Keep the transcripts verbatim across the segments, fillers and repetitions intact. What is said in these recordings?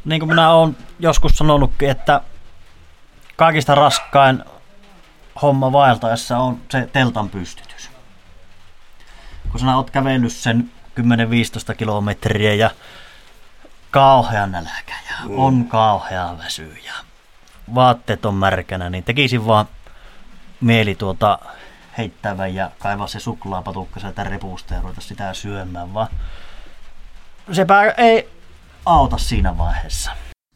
niin kuin minä olen joskus sanonutkin, että kaikista raskain homma vaeltaessa on se teltan pystytys. Kun sinä olet kävellyt sen kymmenen viisitoista kilometriä ja kauhea nälkä ja mm. on kauhea väsy ja vaatteet on märkänä, niin tekisin vaan mieli tuota heittävän ja kaivaa se suklaapatukka sieltä repusta ja ruveta sitä syömään, vaan sepä ei auta siinä vaiheessa.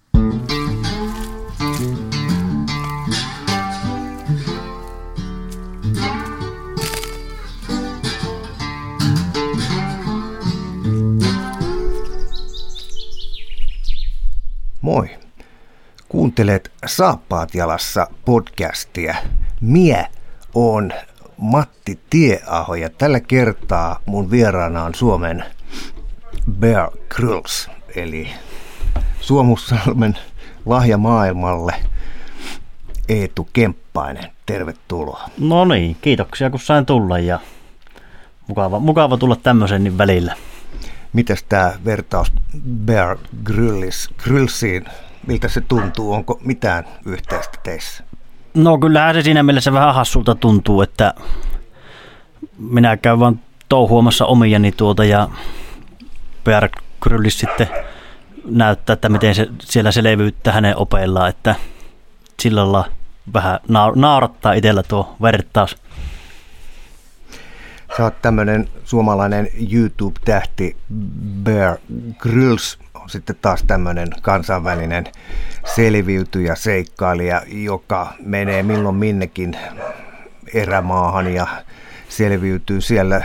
Moi. Kuuntelet Saappaat jalassa podcastia. Mie on Matti Tieaho ja tällä kertaa mun vieraana on Suomen Bear Grylls, eli Suomussalmen lahja maailmalle Eetu Kemppainen. Tervetuloa. No niin, kiitoksia kun sain tulla ja mukava, mukava tulla tämmöisen välillä. Mitäs tämä vertaus Bear Grylls, Gryllsiin, miltä se tuntuu? Onko mitään yhteistä teissä? No kyllähän se siinä mielessä vähän hassulta tuntuu, että minä käyn vaan touhuamassa omiani tuota ja Bear Grylls sitten näyttää, että miten se siellä selvyyttä hänen opeillaan, että sillä lailla vähän naurattaa itsellä tuo vertaus. Sä oot tämmöinen suomalainen YouTube-tähti, Bear Grylls on sitten taas tämmöinen kansainvälinen selviytyjä, seikkailija, joka menee milloin minnekin erämaahan ja selviytyy siellä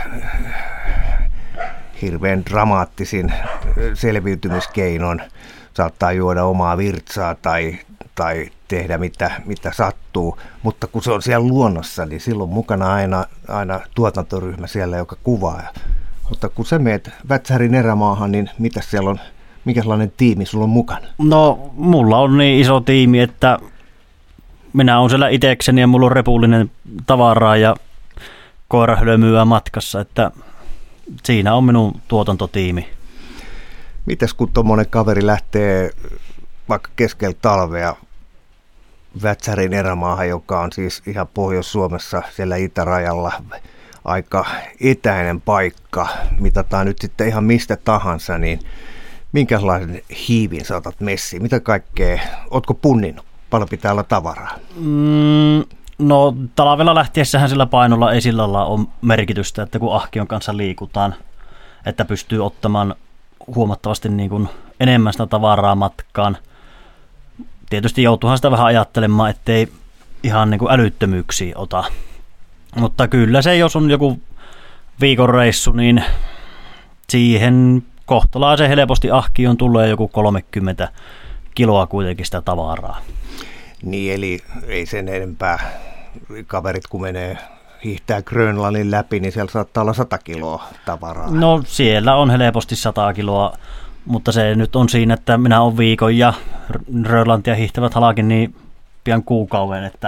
hirveän dramaattisin selviytymiskeinoin. Saattaa juoda omaa virtsaa tai, tai tehdä mitä, mitä sattuu, mutta kun se on siellä luonnossa, niin silloin mukana aina, aina tuotantoryhmä siellä, joka kuvaa. Mutta kun sä meet Vätsärin erämaahan, niin mitä siellä on, mikä sellainen tiimi sulla on mukana? No, mulla on niin iso tiimi, että minä olen siellä itekseni ja mulla on repullinen tavaraa ja koirahölmyä matkassa, että siinä on minun tuotantotiimi. Mitäs kun tuommoinen kaveri lähtee vaikka keskellä talvea Vätsärin erämaahan, joka on siis ihan Pohjois-Suomessa siellä itärajalla aika etäinen paikka, mitataan nyt sitten ihan mistä tahansa, niin minkälaisen hiivin saatat messiin? Mitä kaikkea? Ootko punninnut? Paljon pitää olla tavaraa? Mm, no talvella lähtiessähän sillä painolla ei sillä lailla ole merkitystä, että kun ahkion kanssa liikutaan, että pystyy ottamaan huomattavasti niin kuin enemmän sitä tavaraa matkaan. Tietysti joutuuhan sitä vähän ajattelemaan, ettei ihan niin kuin älyttömyyksiä ota. Mutta kyllä se, jos on joku viikon reissu, niin siihen kohtalaisen helposti ahkion tulee joku kolmekymmentä kiloa kuitenkin sitä tavaraa. Niin, eli ei sen enempää. Kaverit kun menee hiihtää Grönlannin läpi, niin siellä saattaa olla sata kiloa tavaraa. No siellä on helposti sata kiloa, mutta se nyt on siinä, että minä olen viikon ja Grönlantia hiihtävät halakin niin pian kuukauden, että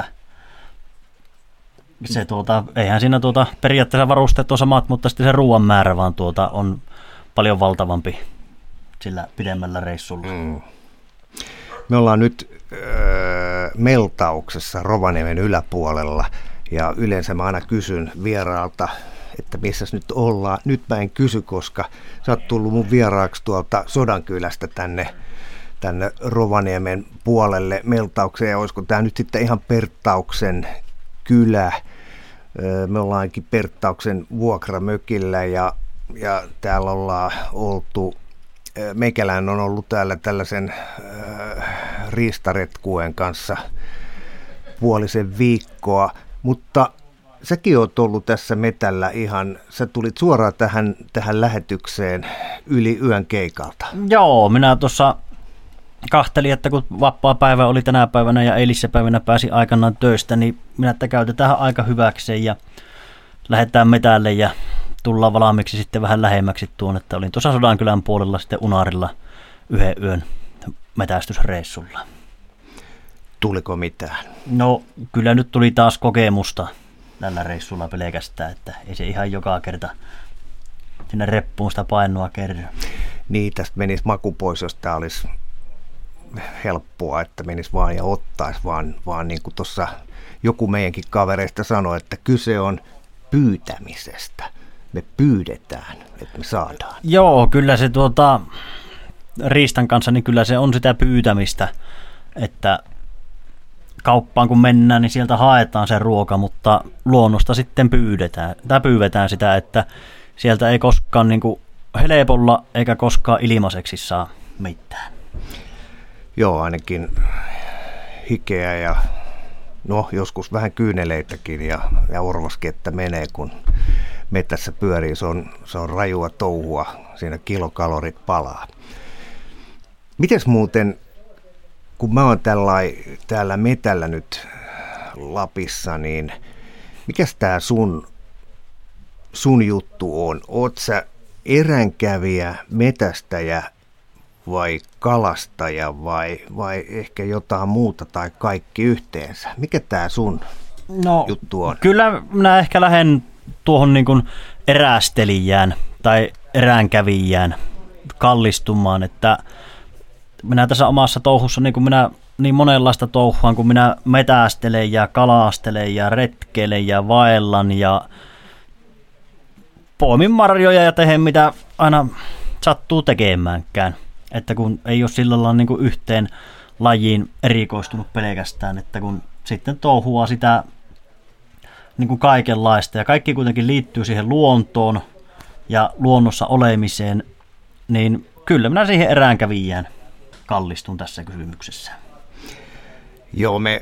se tuota, eihän siinä tuota, periaatteessa varusteet on samat, mutta sitten se ruoan määrä vaan tuota, on paljon valtavampi sillä pidemmällä reissulla. Mm. Me ollaan nyt öö, Meltauksessa Rovaniemen yläpuolella ja yleensä mä aina kysyn vieraalta, että missäs nyt ollaan. Nyt mä en kysy, koska sä oot tullut mun vieraaksi tuolta Sodankylästä tänne, tänne Rovaniemen puolelle Meltaukseen. Ja olisiko tää nyt sitten ihan Perttauksen kylä? Me ollaankin Perttauksen vuokramökillä ja, ja täällä ollaan oltu. Meikälään on ollut täällä tällaisen äh, riistaretkuen kanssa puolisen viikkoa, mutta säkin oot ollut tässä metällä ihan, sä tulit suoraan tähän, tähän lähetykseen yli yön keikalta. Joo, minä tuossa kahtelin, että kun vapaa päivä oli tänä päivänä ja eilissä päivänä pääsi aikanaan töistä, niin minä että käytetään aika hyväkseen ja lähdetään metälle ja tullaan valmiiksi sitten vähän lähemmäksi tuon, että olin tuossa Sodankylän puolella sitten Unarilla yhden yön metästysreissulla. Tuliko mitään? No kyllä nyt tuli taas kokemusta tällä reissulla pelkästään, että ei se ihan joka kerta sinne reppuun sitä painoa kerran. Niin, tästä menisi maku pois, jos tämä olisi helppoa, että menisi vaan ja ottaisi, vaan, vaan niin kuin tuossa joku meidänkin kavereista sanoi, että kyse on pyytämisestä. Me pyydetään, että me saadaan. Joo, kyllä se tuota, riistan kanssa, niin kyllä se on sitä pyytämistä, että kauppaan kun mennään, niin sieltä haetaan se ruoka, mutta luonnosta sitten pyydetään, tai pyydetään sitä, että sieltä ei koskaan niin kuin helpolla eikä koskaan ilmaiseksi saa mitään. Joo, ainakin hikeä ja no joskus vähän kyyneleitäkin ja, ja orvaskettä menee, kun metässä pyörii. Se on, se on rajua touhua, siinä kilokalorit palaa. Mites muuten, kun mä oon tällai, täällä metällä nyt Lapissa, niin mikäs tää sun, sun juttu on? Oot sä eränkävijä, metästäjä vai kalastaja vai, vai ehkä jotain muuta tai kaikki yhteensä? Mikä tää sun no, juttu on? Kyllä minä ehkä lähden tuohon niin kuin erästelijään tai eräänkävijään kallistumaan, että minä tässä omassa touhussa niin kuin minä niin monenlaista touhuaan, kun minä metästelen ja kalastelen ja retkeilen ja vaellan ja poimin marjoja ja tehen mitä aina sattuu tekemäänkään. Että kun ei ole sillä lailla niin kuin yhteen lajiin erikoistunut pelkästään, että kun sitten touhuaa sitä niin kuin kaikenlaista ja kaikki kuitenkin liittyy siihen luontoon ja luonnossa olemiseen, niin kyllä minä siihen eräänkävijään kallistun tässä kysymyksessä. Joo, me,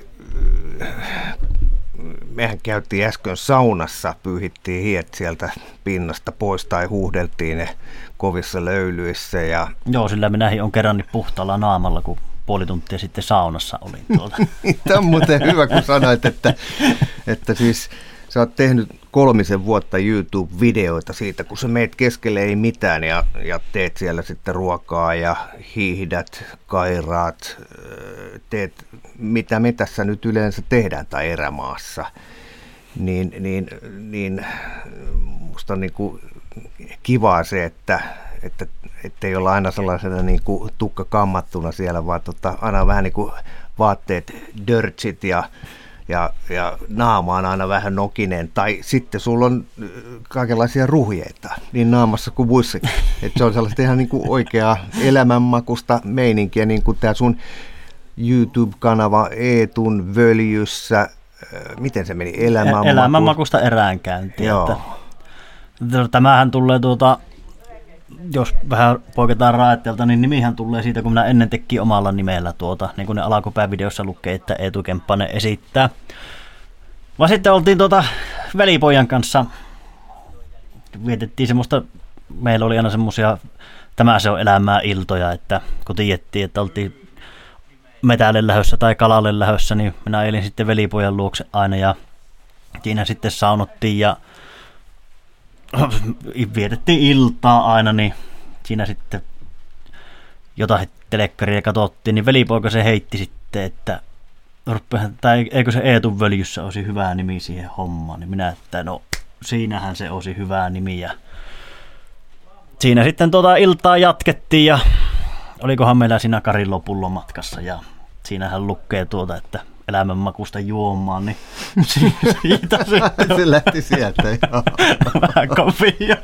mehän käytiin äsken saunassa, pyyhittiin hiet sieltä pinnasta pois tai huuhdeltiin ne kovissa löylyissä. Ja joo, sillä minäkin on kerran puhtaalla naamalla, kun puoli tuntia sitten saunassa olin tuolta. Tämä on muuten hyvä, kun sanoit, että, että siis sä oot tehnyt kolmisen vuotta YouTube-videoita siitä, kun sä meet keskelle ei mitään ja, ja teet siellä sitten ruokaa ja hiihdät, kairaat, teet mitä me tässä nyt yleensä tehdään tai erämaassa. Niin, niin, niin musta on niin kuin kivaa se, että, että, että ei olla aina sellaisena niin kuin tukka kammattuna siellä, vaan tota, aina vähän niin kuin vaatteet dörtsit ja Ja, ja naama on aina vähän nokinen, tai sitten sulla on kaikenlaisia ruhjeita, niin naamassa kuin muissakin. Että se on sellaista ihan niin kuin oikeaa elämänmakusta meininkiä, niin kuin tämä sun YouTube-kanava Eetun Völjyssä, miten se meni? Elämänmaku... Elämänmakusta eräänkäyntiä. Että, tämähän tulee tuota, jos vähän poiketaan raetteelta, niin nimihän tulee siitä, kun minä ennen teki omalla nimellä tuota, niin kuin ne alkupäävideossa lukee, että Eetu Kemppainen esittää. Vaan sitten oltiin tuota velipojan kanssa, vietettiin semmoista, meillä oli aina semmoisia, tämä se on elämää iltoja, että kun tiedettiin, että oltiin metälle lähössä tai kalalle lähössä, niin minä elin sitten velipojan luokse aina ja siinä sitten saunottiin ja vietettiin iltaa aina, niin siinä sitten jotain telekkaria katsottiin, niin velipoika se heitti sitten, että tai eikö se Eetun Völjyssä olisi hyvä nimi siihen hommaan, niin minä, että no siinähän se olisi hyvä nimi ja siinä sitten tuota iltaa jatkettiin ja olikohan meillä siinä Karilopullo matkassa ja siinähän lukee tuota, että elämänmakusta juomaan, niin siitä se... se lähti sieltä, joo. Vähän kovia.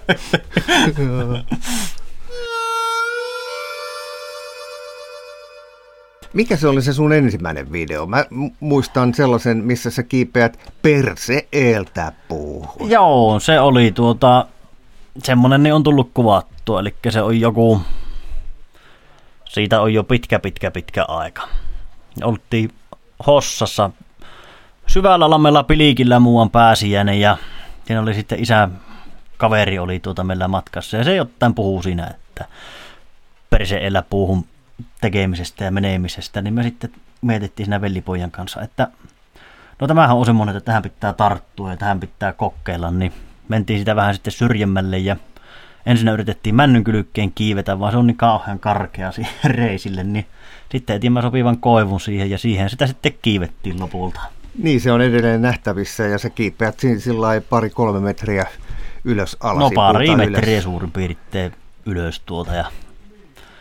Mikä se oli se sun ensimmäinen video? Mä muistan sellaisen, missä sä kiipeät perse eeltä puuhun. Joo, se oli tuota, semmonen niin on tullut kuvattua, eli se on joku, siitä on jo pitkä, pitkä, pitkä aika. Oltiin Hossassa syvällä lammella Pilikillä muuan pääsiäinen ja siinä oli sitten isä kaveri oli tuota meillä matkassa ja se jotain puhuu siinä, että perse-elä puuhun tekemisestä ja menemisestä, niin me sitten mietittiin siinä velipojan kanssa, että no tämähän on semmoinen, että tähän pitää tarttua ja tähän pitää kokeilla, niin mentiin sitä vähän sitten syrjemmälle ja ensin yritettiin männynkylkkeen kiivetä, vaan se on niin kauhean karkea siihen reisille, niin sitten etimme sopivan koivun siihen ja siihen sitä sitten kiivettiin lopulta. Niin, se on edelleen nähtävissä ja sä kiipeät siinä sillä pari-kolme metriä ylös alas. No pari metriä ylös. Suurin piirtein ylös tuota ja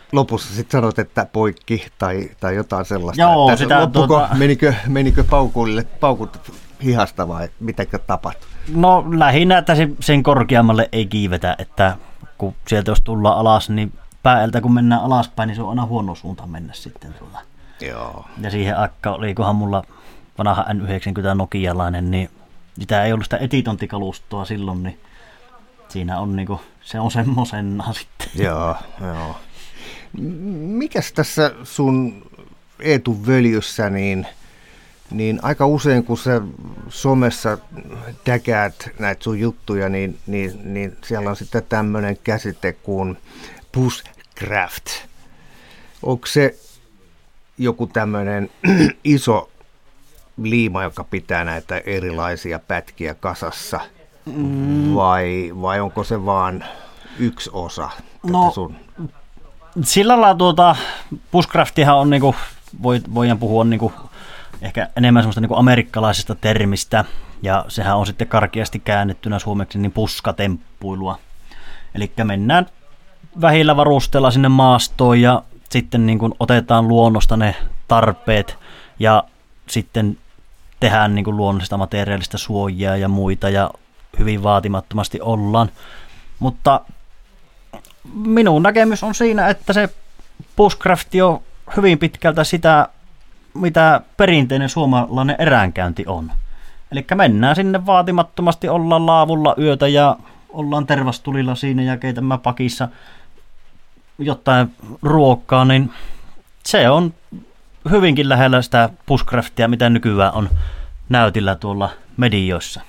lopussa sitten sanot, että poikki tai, tai jotain sellaista. Joo, että sitä loppuko, tuota... menikö, menikö paukuille, paukut hihasta vai mitäkö tapahtui? No lähinnä, että sen korkeammalle ei kiivetä, että kun sieltä jos tullaan alas, niin päältä kun mennään alaspäin, niin se on aina huono suunta mennä sitten tuota. Joo. Ja siihen aikaan olikohan mulla vanha N yhdeksänkymmentä nokialainen, niin sitä ei ollut sitä etitontikalustoa silloin, niin siinä on niinku, se on semmoisena sitten. Joo, joo. Mikäs tässä sun Eetun Völjyssä, niin, niin aika usein kun sä somessa täkäät näitä sun juttuja, niin, niin, niin siellä on sitten tämmöinen käsite kuin bushcraft. Onko se joku tämmöinen iso liima, joka pitää näitä erilaisia pätkiä kasassa, mm. vai, vai onko se vaan yksi osa tätä no, sun? Sillä lailla tuota, bushcraftihan on, niinku, voidaan puhua niinku, ehkä enemmän semmoista niinku amerikkalaisesta termistä, ja sehän on sitten karkeasti käännettynä suomeksi niin puskatemppuilua. Eli mennään vähillä varusteella sinne maastoon ja sitten niin kuin otetaan luonnosta ne tarpeet ja sitten tehdään niin kuin luonnollisesta materiaalista suojia ja muita ja hyvin vaatimattomasti ollaan. Mutta minun näkemys on siinä, että se bushcrafti on hyvin pitkältä sitä, mitä perinteinen suomalainen eräänkäynti on. Eli mennään sinne vaatimattomasti, ollaan laavulla yötä ja ollaan tervastulilla siinä ja keitämme pakissa jotain ruokaa, niin se on hyvinkin lähellä sitä bushcraftia, mitä nykyään on näytillä tuolla medioissa.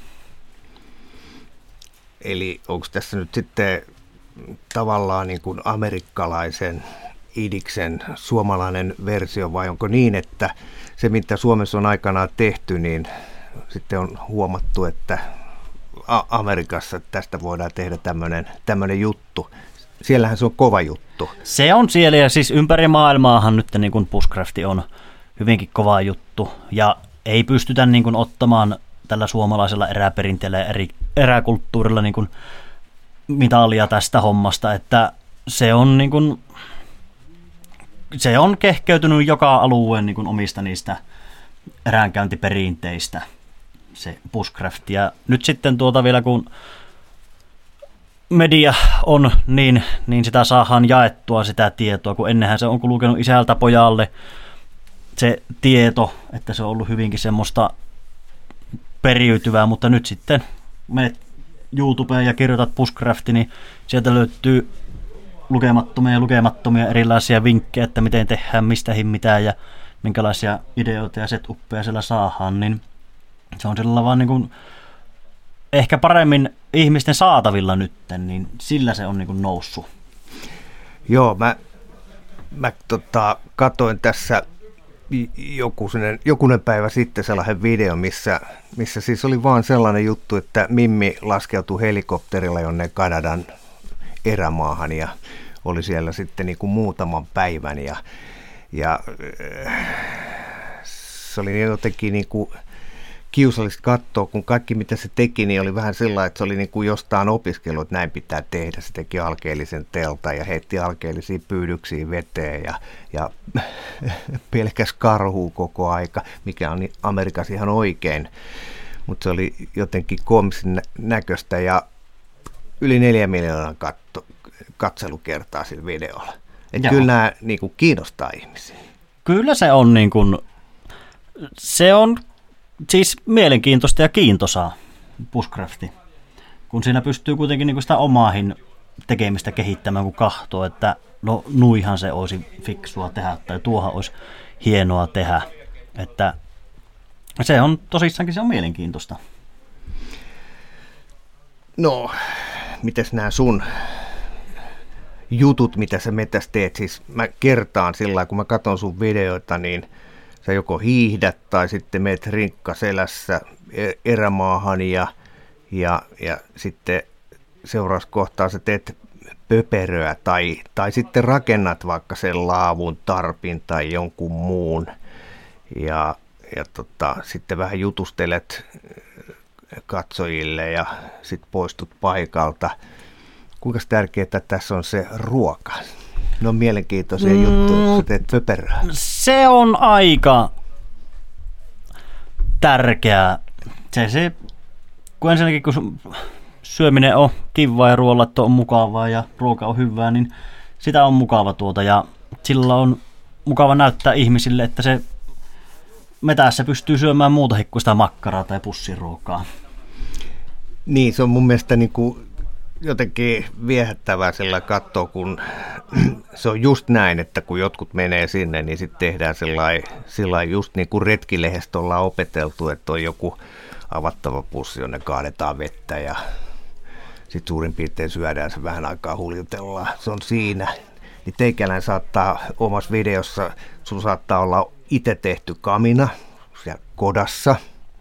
Eli onko tässä nyt sitten tavallaan niin kuin amerikkalaisen idiksen suomalainen versio, vai onko niin, että se mitä Suomessa on aikanaan tehty, niin sitten on huomattu, että Amerikassa tästä voidaan tehdä tämmöinen, tämmöinen juttu. Siellähän se on kova juttu. Se on siellä ja siis ympäri maailmaahan nyt niin kuin bushcrafti on hyvinkin kova juttu ja ei pystytä niin kuin ottamaan tällä suomalaisella eräperinteellä ja eri, eräkulttuurilla niin kuin mitalia tästä hommasta, että se on, niin kuin, se on kehkeytynyt joka alueen niin kuin omista niistä eräänkäyntiperinteistä. Se bushcraft. Ja nyt sitten tuota vielä kun media on, niin, niin sitä saadaan jaettua sitä tietoa, kun ennenhän se on kulkenut isältä pojalle se tieto, että se on ollut hyvinkin semmoista periytyvää, mutta nyt sitten menet YouTubeen ja kirjoitat bushcrafti, niin sieltä löytyy lukemattomia ja lukemattomia erilaisia vinkkejä, että miten tehdään mistähin mitään ja minkälaisia ideoita ja setuppeja siellä saadaan, niin se on sillä vaan niin kuin ehkä paremmin ihmisten saatavilla nytten, niin sillä se on niin kuin noussut. Joo, mä, mä tota, katoin tässä jokunen, jokunen päivä sitten sellainen video, missä, missä siis oli vaan sellainen juttu, että Mimmi laskeutui helikopterilla jonne Kanadan erämaahan ja oli siellä sitten niin kuin muutaman päivän ja, ja se oli jotenkin niin kuin kiusallista katsoa, kun kaikki mitä se teki, niin oli vähän sellainen, että se oli niin kuin jostain opiskellut, että näin pitää tehdä. Se teki alkeellisen teltan ja heitti alkeellisia pyydyksiä veteen ja, ja pelkäs karhuu koko aika, mikä on Amerikassa ihan oikein. Mutta se oli jotenkin koomisen näköistä ja yli neljä miljoonaa katto, katselukertaa sillä videolla. Että kyllä nämä niin kuin kiinnostaa ihmisiä. Kyllä se on niin kuin, se on siis mielenkiintoista ja kiintosaa bushcrafti, kun siinä pystyy kuitenkin niin kuin sitä omaahin tekemistä kehittämään, kun kahtoo, että no nuihan se olisi fiksua tehdä tai tuohan olisi hienoa tehdä, että se on tosissaankin se on mielenkiintoista. No, mites nämä sun jutut, mitä sä metäs teet, siis mä kertaan sillä lailla, kun mä katson sun videoita, niin sä joko hiihdät tai sitten meet rinkkaselässä erämaahan ja, ja, ja sitten seurauskohtaa sä teet pöperöä tai, tai sitten rakennat vaikka sen laavun, tarpin tai jonkun muun ja, ja tota, sitten vähän jutustelet katsojille ja sitten poistut paikalta. Kuinka tärkeää tässä on se ruoka? Ne on mielenkiintoisia mm, juttuja, kun sä teet pöperöä. Se on aika tärkeää. Se, se, kun ensinnäkin kun syöminen on kivaa ja ruoanlaitto on mukavaa ja ruoka on hyvää, niin sitä on mukava tuota ja sillä on mukava näyttää ihmisille, että se metässä pystyy syömään muuta kuin sitä makkaraa tai pussiruokaa. Niin, se on mun mielestä niin kuin jotenkin viehättävää sillä katsoa, kun se on just näin, että kun jotkut menee sinne, niin sitten tehdään sellainen just niin kuin retkilehdestä ollaan opeteltu, että on joku avattava pussi, jonne kaadetaan vettä ja sitten suurin piirtein syödään se vähän aikaa huljutellaan. Se on siinä. Niin teikäläinen saattaa omassa videossa, sulla saattaa olla itse tehty kamina siellä kodassa.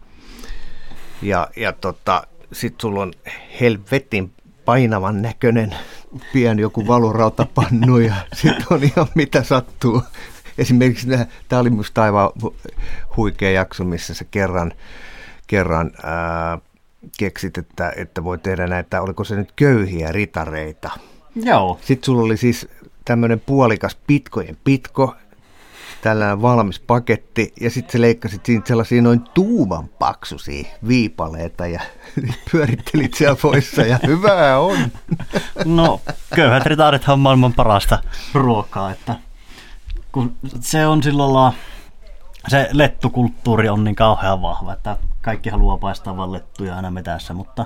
Ja, ja tota, sitten sulla on helvetin painavan näköinen pieni joku valurautapannu ja sitten on ihan mitä sattuu. Esimerkiksi tämä oli musta aivan huikea jakso, missä se kerran, kerran ää, keksit, että, että voi tehdä näitä, oliko se nyt köyhiä ritareita. Joo. Sitten sulla oli siis tämmöinen puolikas pitkojen pitko, tällainen valmis paketti, ja sitten sä leikkasit siitä sellaisia noin tuuman paksuisia viipaleita, ja pyörittelit siellä poissa, ja hyvää on. No, köyhät ritaarithan on maailman parasta ruokaa, että kun se on silloin, se lettukulttuuri on niin kauhean vahva, että kaikki haluaa paistaa vaan lettuja aina metässä, mutta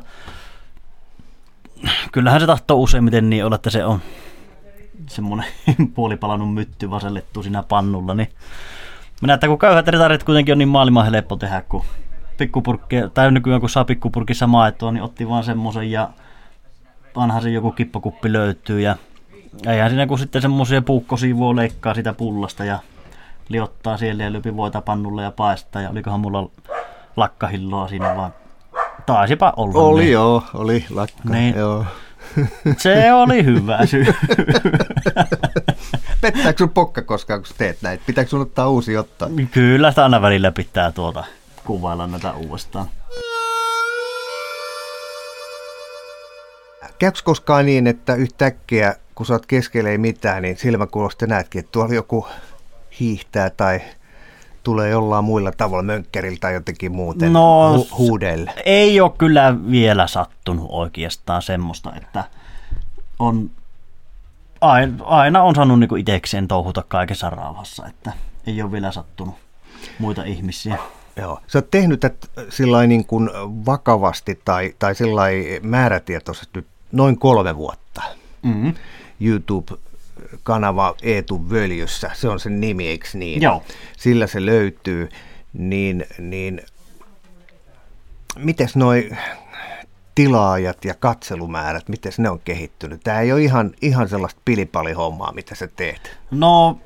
kyllähän se tahtoo useimmiten niin olla, että se on semmoinen puolipalannut mytty vaan se lettu siinä pannulla, niin minä, että kun köyhät ritaarit kuitenkin on niin maailman helppo tehdä, kun pikkupurkki, tai nykyään kun saa pikkupurkissa maitoa, niin otti vaan semmoisen ja vanha se joku kippakuppi löytyy ja eihän siinä kun sitten semmoisia puukkosiivua leikkaa sitä pullasta ja liottaa siellä ja lypi voita pannulle ja paistaa ja olikohan mulla lakkahilloa siinä vaan. Taisipa olla. Oli niin. joo, oli lakka, niin. Joo. Se oli hyvä syy. Pettääkö sun pokka koskaan, kun teet näitä? Pitääkö sun ottaa uusi ottaa? Kyllä sitä aina välillä pitää tuota kuvailla näitä uudestaan. Käykö koskaan niin, että yhtäkkiä, kun sä oot keskellä ei mitään, niin silmäkulosta näetkin, että tuolla joku hiihtää tai tulee jollain muilla tavalla mönkkäriltä tai jotenkin muuten no, hu- huudelle? Ei ole kyllä vielä sattunut oikeastaan semmoista, että on aina on saanut niinku itsekseen touhuta kaikessa rauhassa, että ei ole vielä sattunut muita ihmisiä. Joo. Sä oot tehnyt tätä sillain niin kuin vakavasti tai, tai sillain määrätietoisesti nyt noin kolme vuotta. Mm-hmm. YouTube-kanava Eetu Völjyssä, se on sen nimi, eikö niin? Joo. Sillä se löytyy. Niin, niin mites noi tilaajat ja katselumäärät, miten ne on kehittynyt? Tämä ei ole ihan, ihan sellaista pilipalihommaa, mitä sä teet. No,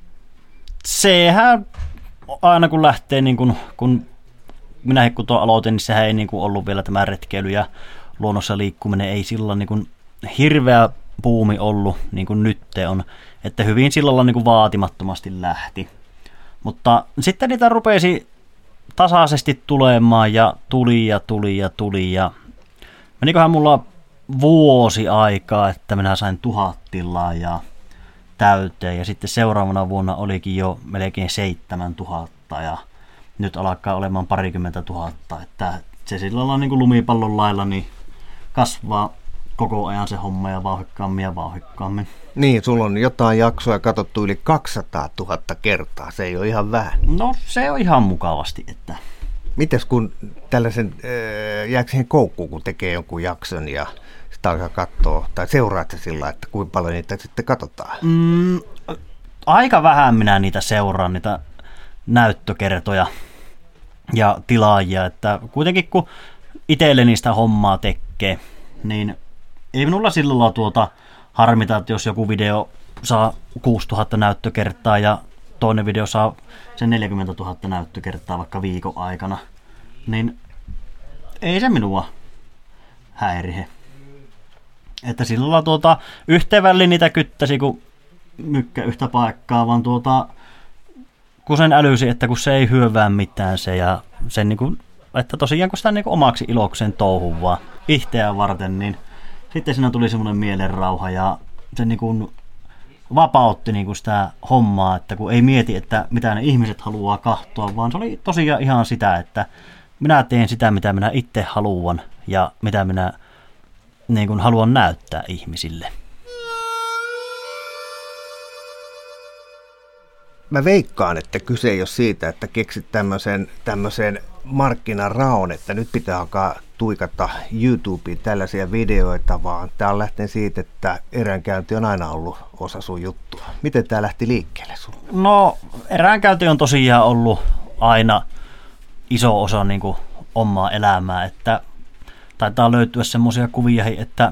sehän aina kun lähtee, niin kun, kun minäkin kun tuon aloitin, niin sehän ei niin kun ollut vielä tämä retkeily ja luonnossa liikkuminen ei silloin niin kun hirveä buumi ollut, niin kuin nyt on. Että hyvin silloin niin kun vaatimattomasti lähti. Mutta sitten niitä rupesi tasaisesti tulemaan ja tuli ja tuli ja tuli ja menikohan mulla vuosi aikaa, että minä sain tuhat tilaajaa täyteen ja sitten seuraavana vuonna olikin jo melkein seitsemän tuhatta ja nyt alkaa olemaan parikymmentä tuhatta, että se sillä lailla niin kuin lumipallon lailla niin kasvaa koko ajan se homma ja vauhikkaammin ja vauhikkaammin. Niin, sulla on jotain jaksoja katsottu yli kaksisataatuhatta kertaa, se ei ole ihan vähän. No se on ihan mukavasti, että mites kun tällaisen, äh, jääkö siihen koukkuun, kun tekee jonkun jakson ja sitä alkaa katsoa, tai seuraat sillä, että kuinka paljon niitä sitten katsotaan? Mm, aika vähän minä niitä seuraan, niitä näyttökertoja ja tilaajia, että kuitenkin kun itselle niistä hommaa tekee, niin ei minulla sillä lailla tuota harmita, että jos joku video saa kuusituhatta näyttökertaa ja toinen video saa sen neljäkymmentätuhatta näyttökertaa vaikka viikon aikana, niin ei se minua häirihe. Että sillä lailla tuota, yhteen väliin niitä kyttäsi, kun mykkä yhtä paikkaa, vaan tuota, kun sen älysi, että kun se ei hyövää mitään se, ja sen niin kuin, että tosiaan kun sitä niin kuin omaksi ilokseen touhuu vaan itseään varten, niin sitten siinä tuli semmoinen mielenrauha ja se niin kuin vapautti niin kuin sitä hommaa, että kun ei mieti, että mitä ne ihmiset haluaa kahtoa, vaan se oli tosiaan ihan sitä, että minä teen sitä, mitä minä itse haluan ja mitä minä niin kuin haluan näyttää ihmisille. Mä veikkaan, että kyse ei ole siitä, että keksit tämmöisen, tämmöisen markkinaraon, että nyt pitää alkaa tuikata YouTubeen tällaisia videoita, vaan tää on lähtenyt siitä, että eränkäynti on aina ollut osa sun juttua. Miten tää lähti liikkeelle sun? No, eräänkäynti on tosiaan ollut aina iso osa niin kuin omaa elämää, että taitaa löytyä semmoisia kuvia, että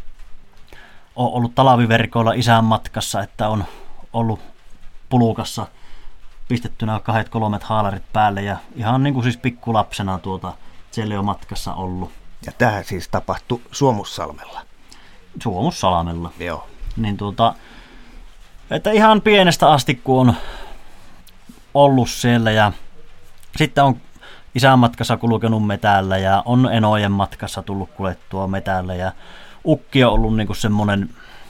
on ollut talaviverkoilla isän matkassa, että on ollut pulukassa pistettynä kahdet kolmet haalarit päälle ja ihan niin kuin siis pikkulapsena tuota siellä jo matkassa ollut. Ja tämähän siis tapahtui Suomussalmella. Suomussalmella. Joo. Niin tuota, että ihan pienestä asti kun on ollut siellä ja sitten on isän matkassa kulkenut metällä ja on enojen matkassa tullut kuljettua metällä ja ukki on ollut niin kuin semmoinen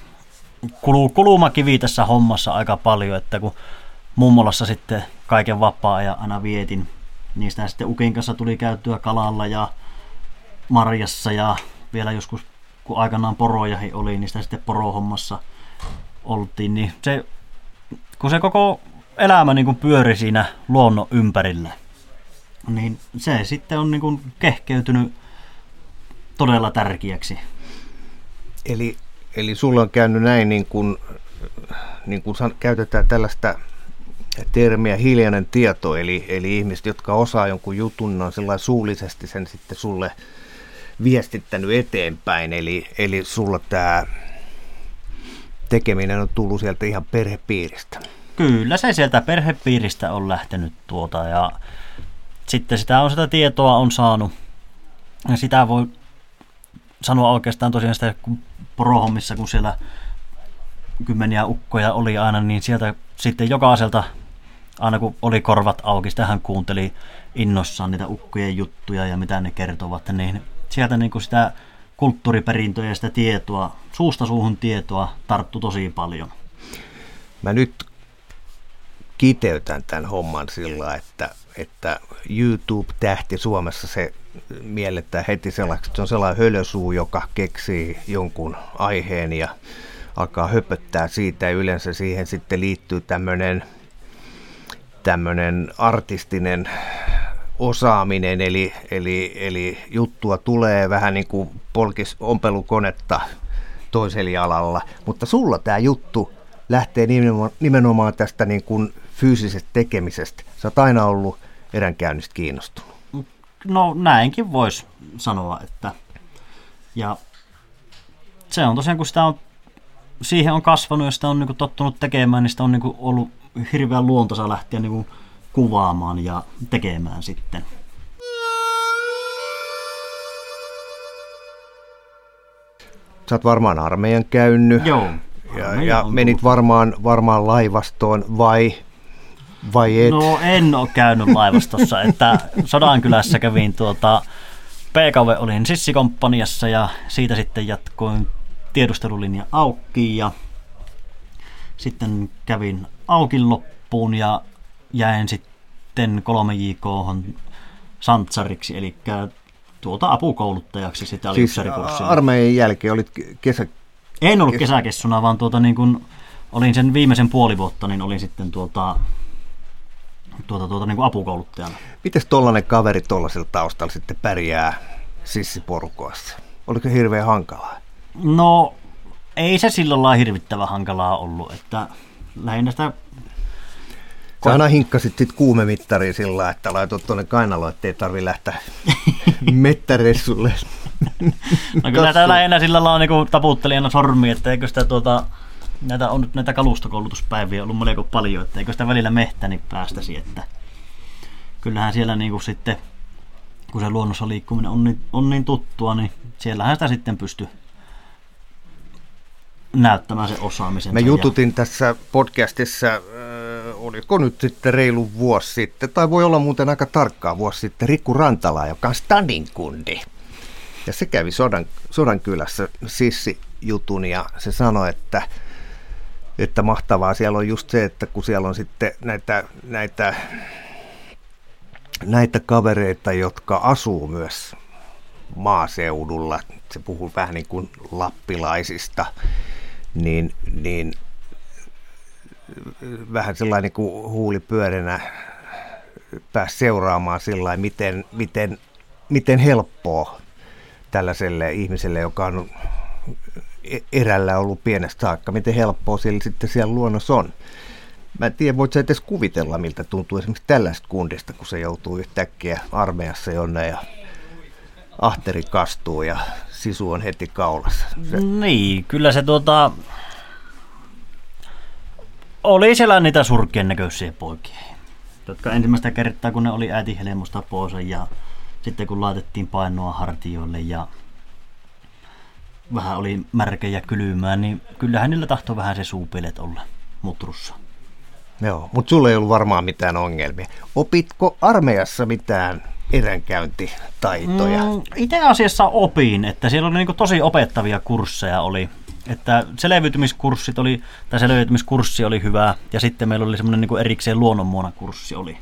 kulumakivi tässä hommassa aika paljon, että kun mummolassa sitten kaiken vapaa-ajan aina vietin, niin sitä sitten ukin kanssa tuli käytyä kalalla ja marjassa ja vielä joskus kun aikanaan porojahi oli, niin sitä sitten porohommassa oltiin, niin se, kun se koko elämä niin kuin pyöri siinä luonnon ympärillä, niin se sitten on niin kuin kehkeytynyt todella tärkeäksi. Eli, eli sulla on käynyt näin, niin kuin, niin kuin käytetään tällaista termiä hiljainen tieto, eli, eli ihmiset, jotka osaa jonkun jutun, on sellainen suullisesti sen sitten sulle viestittänyt eteenpäin, eli, eli sulla tämä tekeminen on tullut sieltä ihan perhepiiristä. Kyllä se sieltä perhepiiristä on lähtenyt tuota ja sitten sitä on sitä tietoa on saanut ja sitä voi sanoa oikeastaan tosiaan sitä kun porohommissa, kun siellä kymmeniä ukkoja oli aina, niin sieltä sitten jokaiselta, aina kun oli korvat auki, sitä hän kuunteli innossaan niitä ukkojen juttuja ja mitä ne kertovat, niin sieltä niin kuin sitä kulttuuriperintöä ja sitä tietoa, suusta suuhun tietoa tarttu tosi paljon. Mä nyt kiteytän tämän homman sillä, että, että YouTube-tähti Suomessa se mielletään heti sellaiseksi, että se on sellainen hölösuu, joka keksii jonkun aiheen ja alkaa höpöttää siitä ja yleensä siihen sitten liittyy tämmöinen tämmöinen artistinen osaaminen, eli, eli, eli juttua tulee vähän niin kuin polkis ompelukonetta toisella jalalla, mutta sulla tämä juttu lähtee nimenomaan, nimenomaan tästä niin kuin fyysisestä tekemisestä. Sä oot aina ollut eränkäynnistä kiinnostunut. No näinkin voisi sanoa, että ja se on tosiaan, kun sitä on, siihen on kasvanut ja sitä on niin kuin tottunut tekemään, niin sitä on niin kuin ollut hirveän luontoisa lähteä niin kuin kuvaamaan ja tekemään sitten. Sä oot varmaan armeijan käynyt. Joo. Ja, ja menit varmaan, varmaan laivastoon vai, vai et? No en ole käynyt laivastossa, että Sodankylässä kävin tuota, P K V olin sissikomppaniassa ja siitä sitten jatkoin tiedustelulinja Aukkiin ja sitten kävin Aukin loppuun ja jäin sitten kolme J K:hon santsariksi, eli tuota apukouluttajaksi sitä siis armeijan jälkeen olit kesä... En ollut kesäkessuna, vaan tuota, niin kun olin sen viimeisen puoli vuotta, niin olin sitten tuota, tuota, tuota, niin kuin apukouluttajana. Mites tollainen kaveri tollaisella taustalla sitten pärjää sissiporukoissa? Oliko hirveän hankalaa? No ei se sillä lailla hirvittävän hankalaa ollut, että lähinnä sitä... Sä aina hinkkasit sit kuumemittariin sillä, että laitot tuonne kainaloon, ettei tarvitse lähteä mettäreissulle. No kyllä tämä lähinnä sillä lailla niin taputteli aina sormiin, että eikö sitä tuota, näitä on nyt näitä kalustokoulutuspäiviä ollut melko paljon, että eikö sitä välillä mehtäni päästäisi, että kyllähän siellä niin kuin sitten, kun se luonnossa liikkuminen on niin, on niin tuttua, niin siellähän sitä sitten pystyy näyttämään se osaamisen. Mä jututin ja... tässä podcastissa, äh, oliko nyt sitten reilu vuosi sitten, tai voi olla muuten aika tarkkaa vuosi sitten, Rikku Rantalaa, joka on standinkundi. Ja se kävi Sodan, Sodankylässä sissijutun ja se sanoi, että, että mahtavaa siellä on just se, että kun siellä on sitten näitä, näitä, näitä kavereita, jotka asuu myös maaseudulla, se puhuu vähän niin kuin lappilaisista, niin, niin vähän sellainen niin kuin huulipyöränä pääsi seuraamaan sillä miten, miten, miten helppoa tällaiselle ihmiselle, joka on erällä ollut pienestä saakka, miten helppoa siellä sitten siellä luonnossa on. Mä en tiedä, voit sä edes kuvitella, miltä tuntuu esimerkiksi tällaista kundista, kun se joutuu yhtäkkiä armeijassa jonne ja ahteri kastuu ja sisu on heti kaulassa. Se... Niin, kyllä se tuota... Oli siellä niitä surkien näköisiä poikia, jotka ensimmäistä kertaa, kun ne oli äiti helmusta pois ja sitten kun laitettiin painoa hartioille ja vähän oli märkä ja kylmää, niin kyllähän niillä tahtoi vähän se suupilet olla mutrussa. Joo, mutta sulla ei ollut varmaan mitään ongelmia. Opitko armeijassa mitään eränkäyntitaitoja? Mm, itse asiassa opin, että siellä oli niinku tosi opettavia kursseja oli. Että selviytymiskurssit oli, tai selviytymiskurssi oli hyvä, ja sitten meillä oli semmoinen niinku erikseen luonnonmuonakurssi oli.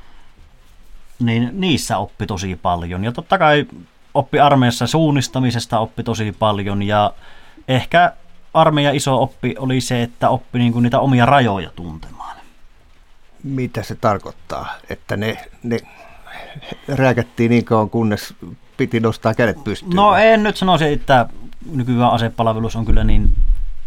Niin niissä oppi tosi paljon. Ja totta kai oppi armeijassa suunnistamisesta oppi tosi paljon, ja ehkä armeijan iso oppi oli se, että oppi niinku niitä omia rajoja tuntemaan. Mitä se tarkoittaa, että ne, ne rääkättiin niin kauan, kunnes piti nostaa kädet pystyyn? No en nyt sanoisi, että nykyään asepalvelus on kyllä niin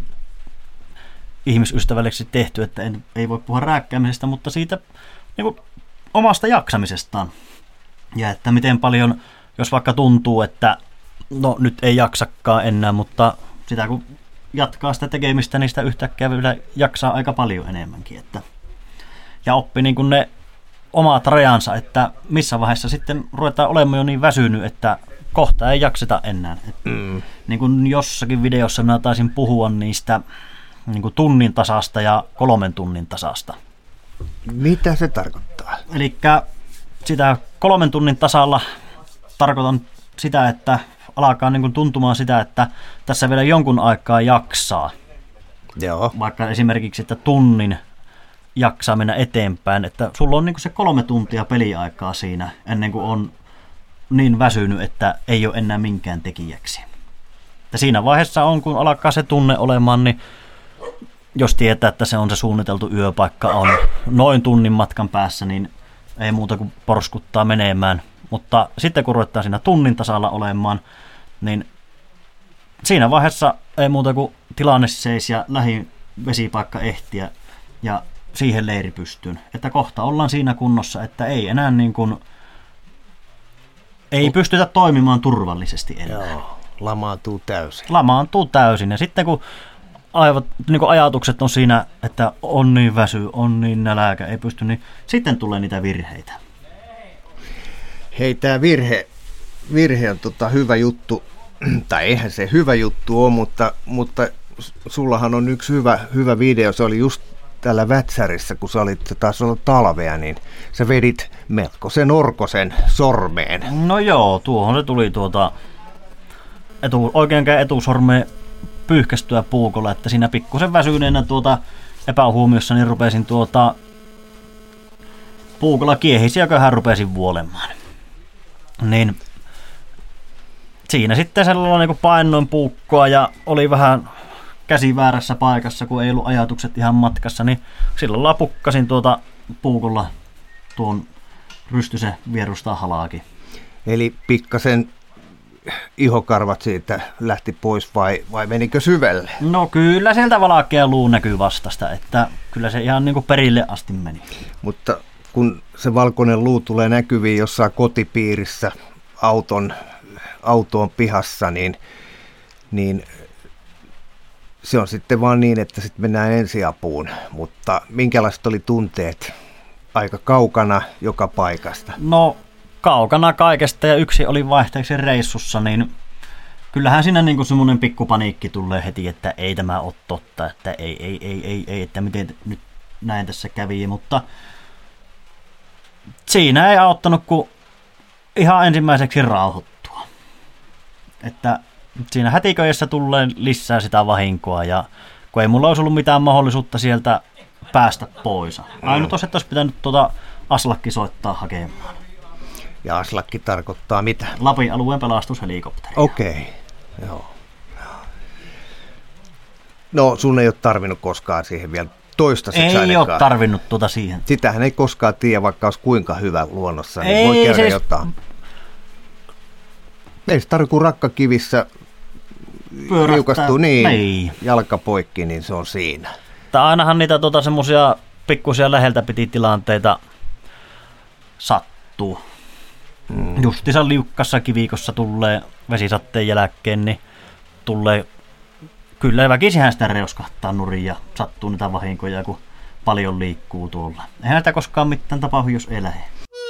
ihmisystävälliseksi tehty, että en, ei voi puhua rääkkäämisestä, mutta siitä niin kuin omasta jaksamisestaan. Ja että miten paljon, jos vaikka tuntuu, että no nyt ei jaksakaan enää, mutta sitä kun jatkaa sitä tekemistä, niin sitä yhtäkkiä vielä jaksaa aika paljon enemmänkin. Että, ja oppi niin kuin ne omat rajansa, että missä vaiheessa sitten ruvetaan olemaan jo niin väsynyt, että kohta ei jakseta enää. Mm. Niin kuin jossakin videossa minä taisin puhua niistä niin kuin tunnin tasasta ja kolmen tunnin tasasta. Mitä se tarkoittaa? Eli sitä kolmen tunnin tasalla tarkoitan sitä, että alkaa niin kuin tuntumaan sitä, että tässä vielä jonkun aikaa jaksaa. Joo. Vaikka esimerkiksi, että tunnin jaksaa mennä eteenpäin, että sulla on niin kuin se kolme tuntia peliaikaa siinä ennen kuin on niin väsynyt, että ei ole enää minkään tekijäksi. Ja siinä vaiheessa on, kun alkaa se tunne olemaan, niin jos tietää, että se on se suunniteltu yöpaikka on noin tunnin matkan päässä, niin ei muuta kuin porskuttaa menemään. Mutta sitten kun ruvetaan siinä tunnin tasalla olemaan, niin siinä vaiheessa ei muuta kuin tilanne seis ja lähin vesipaikka ehtiä ja siihen leiri pystyyn. Että kohta ollaan siinä kunnossa, että ei enää niin kuin ei pystytä toimimaan turvallisesti enää. Joo, lamaantuu täysin. Lamaantuu täysin. Ja sitten kun aivot, niin kun ajatukset on siinä, että on niin väsy, on niin nälkä, ei pysty, niin sitten tulee niitä virheitä. Hei, tämä virhe, virhe on tota hyvä juttu, tai eihän se hyvä juttu ole, mutta, mutta sullahan on yksi hyvä, hyvä video, se oli just tällä Vätsärissä, kun sä olit, se taisi olla talvea, niin sä vedit melkoisen orkosen sormeen. No joo, tuohon se tuli tuota etu, oikeinkään etusormeen pyyhkästyä puukolla, että siinä pikkusen väsyneenä tuota epähuomiossa niin rupesin tuota puukolla kiehisi, joka hän rupesin vuolemaan. Niin siinä sitten sellainen niin painoin puukkoa ja oli vähän käsi väärässä paikassa, kun ei ollut ajatukset ihan matkassa, niin silloin lapukkasin tuota puukolla tuon rystysen vierusta halaakin. Eli pikkasen ihokarvat siitä lähti pois vai, vai menikö syvälle? No kyllä sieltä valakea luu näkyy vastasta, että kyllä se ihan niin kuin perille asti meni. Mutta kun se valkoinen luu tulee näkyviin jossain kotipiirissä auton, auton pihassa, niin, niin se on sitten vaan niin, että sitten mennään ensiapuun. Mutta minkälaiset oli tunteet aika kaukana joka paikasta? No kaukana kaikesta ja yksi oli vaihteeksi reissussa, niin kyllähän siinä niin kuin semmoinen pikkupaniikki tulee heti, että ei tämä ole totta, että ei, ei, ei, ei, ei että miten nyt näin tässä kävi, mutta siinä ei auttanut kuin ihan ensimmäiseksi rauhoittua. Että siinä hätiköijässä tulee lisää sitä vahinkoa ja kun ei mulla olisi ollut mitään mahdollisuutta sieltä päästä pois. Ainut olisi, että olisi pitänyt tuota Aslakki soittaa hakemaan. Ja Aslakki tarkoittaa mitä? Lapin alueen pelastushelikopteri. Okei, okay. Joo. No sun ei ole tarvinnut koskaan siihen vielä toistaiseksi Ei ainakaan. ole tarvinnut tuota siihen. Sitähän ei koskaan tiedä, vaikka olisi kuinka hyvä luonnossa, niin ei, voi käydä se jotain. Ei se tarvitse kuin rakkakivissä liukastuu niin, ei. jalka poikki, niin se on siinä. Tai ainahan niitä tuota semmoisia pikkuisia läheltä piti tilanteita sattuu. Mm. Justiinsa liukkassa kivikossa tulee vesisatteen jälkeen, niin tulee kyllä väkisihän sitä reuskahtaa nurin ja sattuu niitä vahinkoja, kun paljon liikkuu tuolla. Eihän sitä koskaan mitään tapahdu, jos ei lähde.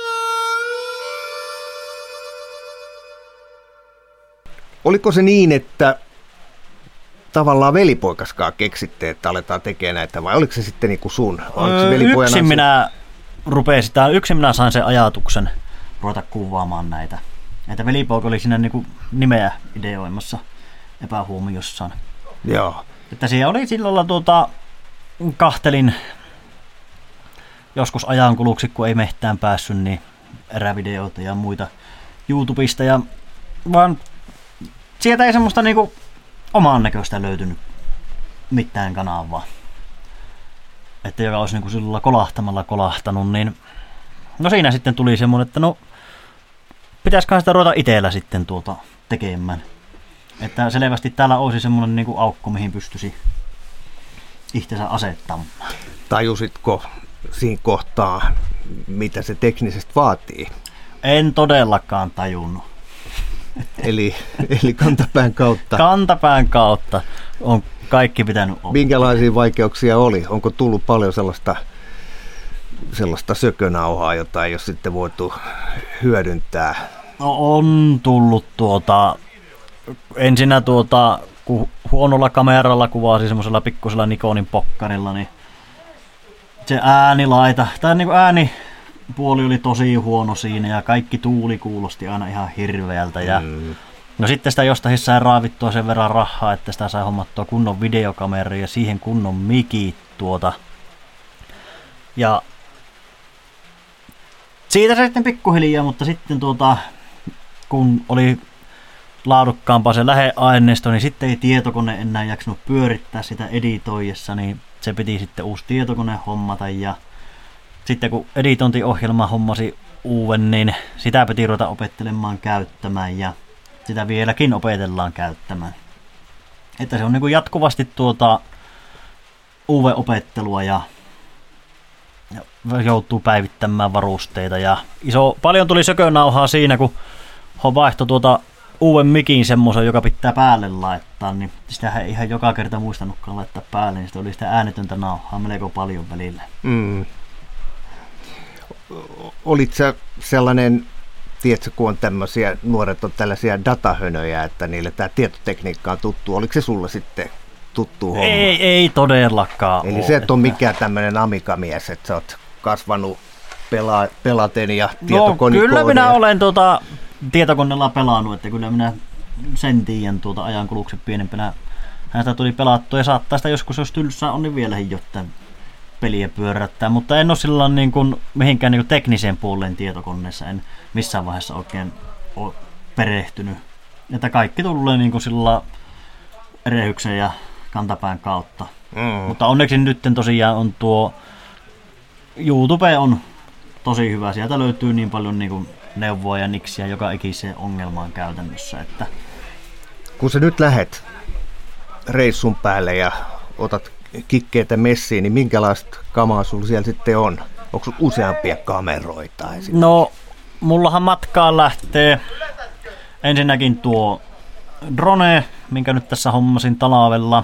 Oliko se niin, että tavallaan velipoikaskaan keksitte, että aletaan tekemään näitä, vai oliko se sitten niin kuin sun? Öö, yksin, minä rupesin sitä, yksin minä sain sen ajatuksen ruveta kuvaamaan näitä. Että velipoika oli siinä niin kuin nimeä ideoimassa epähuomiossaan. Joo. Että siellä oli silloin tuota, kahtelin joskus ajankuluksi, kun ei mehtään päässyt, niin erävideoita ja muita YouTubesta. Ja vaan sieltä ei semmoista niinku oman näköistä löytynyt mitään kanavaa. Että joka olisi niinku sillä kolahtamalla kolahtanut, niin no siinä sitten tuli semmoinen, että no pitäisiköhän sitä ruveta itsellä sitten tuota tekemään. Että selvästi täällä olisi semmoinen niinku aukko, mihin pystyisi itsensä asettamaan. Tajusitko siinä kohtaa, mitä se teknisesti vaatii? En todellakaan tajunnut. Eli, eli kantapään kautta. Kantapään kautta on kaikki pitänyt olla. Minkälaisia vaikeuksia oli? Onko tullut paljon sellaista, sellaista sökönauhaa, jota ei ole sitten voitu hyödyntää? No, on tullut tuota, ensinnä tuota, kun huonolla kameralla kuvasi semmoisella pikkusella Nikonin pokkarilla, niin se äänilaita, tai niin kuin äänipuoli oli tosi huono siinä ja kaikki tuuli kuulosti aina ihan hirveältä. Ja mm. No sitten sitä jostain sai raavittua sen verran rahaa, että sitä sai hommattua kunnon videokamera ja siihen kunnon mikit tuota. Ja siitä se sitten pikkuhiljaa, mutta sitten tuota, kun oli laadukkaampaa se läheaineisto, niin sitten ei tietokone enää jaksanut pyörittää sitä editoijassa, niin se piti sitten uusi tietokone hommata. Ja sitten kun editointiohjelma hommasi uuden, niin sitä piti ruveta opettelemaan käyttämään ja sitä vieläkin opetellaan käyttämään. Että se on niin kuin jatkuvasti tuota uuden opettelua ja joutuu päivittämään varusteita. Ja iso, paljon tuli sökönauhaa siinä, kun hän vaihtoi tuota uuden mikin semmoisen, joka pitää päälle laittaa, niin sitä ei ihan joka kerta muistanutkaan laittaa päälle, niin sitä oli sitä äänetöntä nauhaa melko paljon välillä. Mm. Olit sä sellainen, tiedätkö, kun on tämmöisiä, nuoret on tällaisia datahönöjä, että niille tämä tietotekniikka on tuttu. Oliko se sulle sitten tuttu homma? Ei, ei todellakaan Eli ole, se et ole mikään tämmöinen amikamies, että sä oot kasvanut pela, pelaten ja tietokonikoodia. No kyllä minä olen tuota tietokoneella pelannut, että kyllä minä sen tiedän tuota ajankuluksi pienempänä. Hänestä tuli pelattua ja saattaa sitä joskus, jos tylsää on, niin vieläkin jotain peliä pyörättää, mutta en ole sillä niin kuin mihinkään niin kuin tekniseen puoleen tietokoneessa, en missään vaiheessa oikein ole perehtynyt. Että kaikki tulee niin kuin sillä erehyksen ja kantapään kautta. Mm. Mutta onneksi nyt tosiaan on tuo YouTube on tosi hyvä. Sieltä löytyy niin paljon niin kuin neuvoa ja niksiä joka ikiseen ongelmaan käytännössä. Että kun sä nyt lähet reissun päälle ja otat kikkeitä messiin, niin minkälaista kamaa sulla siellä sitten on? Onko sulla useampia kameroita? No, mullahan matkaan lähtee ensinnäkin tuo drone, minkä nyt tässä hommasin talvella.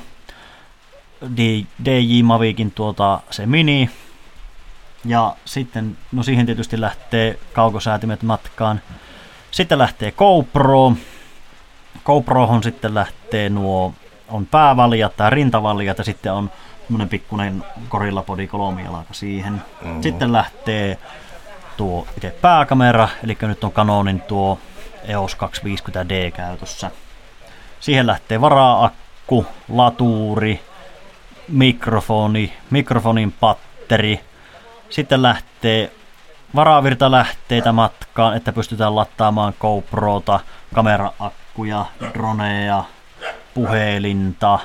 D J Mavicin tuota se mini. Ja sitten, no siihen tietysti lähtee kaukosäätimet matkaan. Sitten lähtee GoPro. GoProhon sitten lähtee nuo, on päävaljat tai rintavaljat ja sitten on semmoinen pikkuinen Gorilla Body kolmijalka siihen. Mm-hmm. Sitten lähtee tuo itse pääkamera, eli nyt on Canonin tuo E O S kaksisataaviisikymmentä D käytössä. Siihen lähtee vara-akku, laturi, mikrofoni, mikrofonin patteri. Sitten lähtee varavirtalähteitä matkaan, että pystytään lataamaan GoProta, kamera-akkuja, droneja, puhelinta,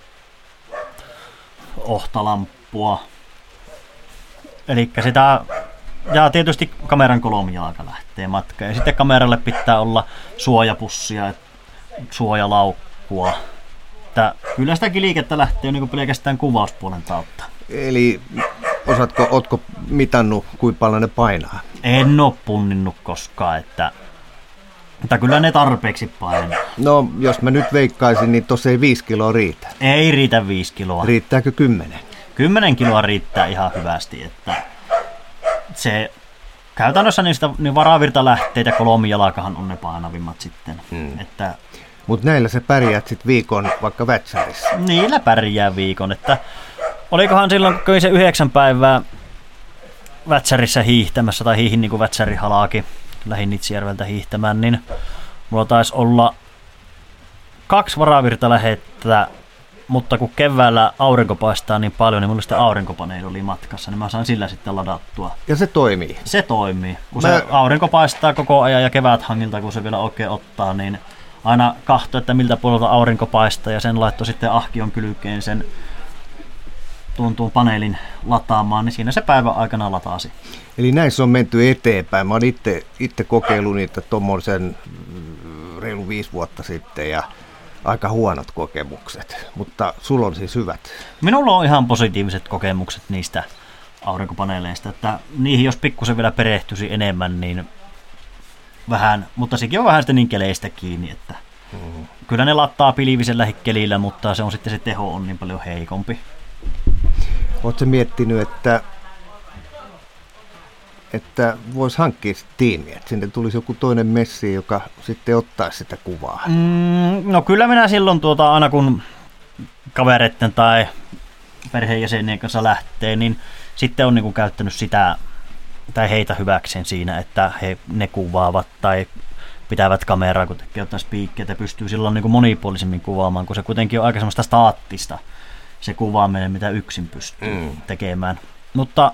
ohtalampua. Eli sitä, ja tietysti kameran kolmijalka lähtee matkaan. Ja sitten kameralle pitää olla suojapussia, suojalaukkua. Että kyllä sitäkin liikettä lähtee niin kuin pelkästään kuvauspuolen kautta. Eli osaatko, ootko mitannut, kuinka paljon ne painaa? En ole punninnut koskaan, että, että kyllä ne tarpeeksi painaa. No, jos mä nyt veikkaisin, niin tossa ei viisi kiloa riitä. Ei riitä viisi kiloa. Riittääkö kymmenen? Kymmenen kiloa riittää ihan hyvästi, että se käytännössä niistä niin varavirtalähteitä ja kolmijalkahan on ne painavimmat sitten. Hmm. Että mutta näillä sä pärjäät sit viikon vaikka Vätsärissä. Niillä pärjää viikon, että olikohan silloin, kun se yhdeksän päivää Vätsärissä hiihtämässä, tai hiihin niin kuin Vätsäri halaakin, lähdin Nitsijärveltä hiihtämään, niin mulla taisi olla kaksi varavirtalähettä, mutta kun keväällä aurinko paistaa niin paljon, niin mulla sitten aurinkopaneeli oli matkassa, niin mä sain sillä sitten ladattua. Ja se toimii? Se toimii. Kun mä se aurinko paistaa koko ajan ja keväthangilta, kun se vielä oikein ottaa, niin aina kahtoi, että miltä puolelta aurinko paistaa, ja sen laittoi sitten ahkion kylkeen sen tuon, tuon paneelin lataamaan, niin siinä se päivän aikana latasi. Eli näissä on menty eteenpäin. Mä oon itse, itse kokeillut niitä tuommoisen reilu viisi vuotta sitten, ja aika huonot kokemukset, mutta sulla on siis hyvät. Minulla on ihan positiiviset kokemukset niistä aurinkopaneeleista, että niihin jos pikkusen vielä perehtyisi enemmän, niin vähän, mutta sekin on vähän sitten niin keleistä kiinni, että mm-hmm. kyllä ne lattaa pilvisellä kelillä, mutta se on sitten se teho on niin paljon heikompi. Oletko miettinyt, että, että voisi hankkia tiimiä, että sinne tulisi joku toinen messi, joka sitten ottaisi sitä kuvaa? Mm, no kyllä minä silloin tuota, aina kun kavereiden tai perheenjäsenien kanssa lähtee, niin sitten on niin kuin käyttänyt sitä tai heitä hyväkseen siinä, että he ne kuvaavat tai pitävät kameraa, kun tekee jotain spiikkiä, että pystyy silloin niin kuin monipuolisemmin kuvaamaan, kun se kuitenkin on aika semmoista staattista se kuvaaminen, mitä yksin pystyy mm. tekemään. Mutta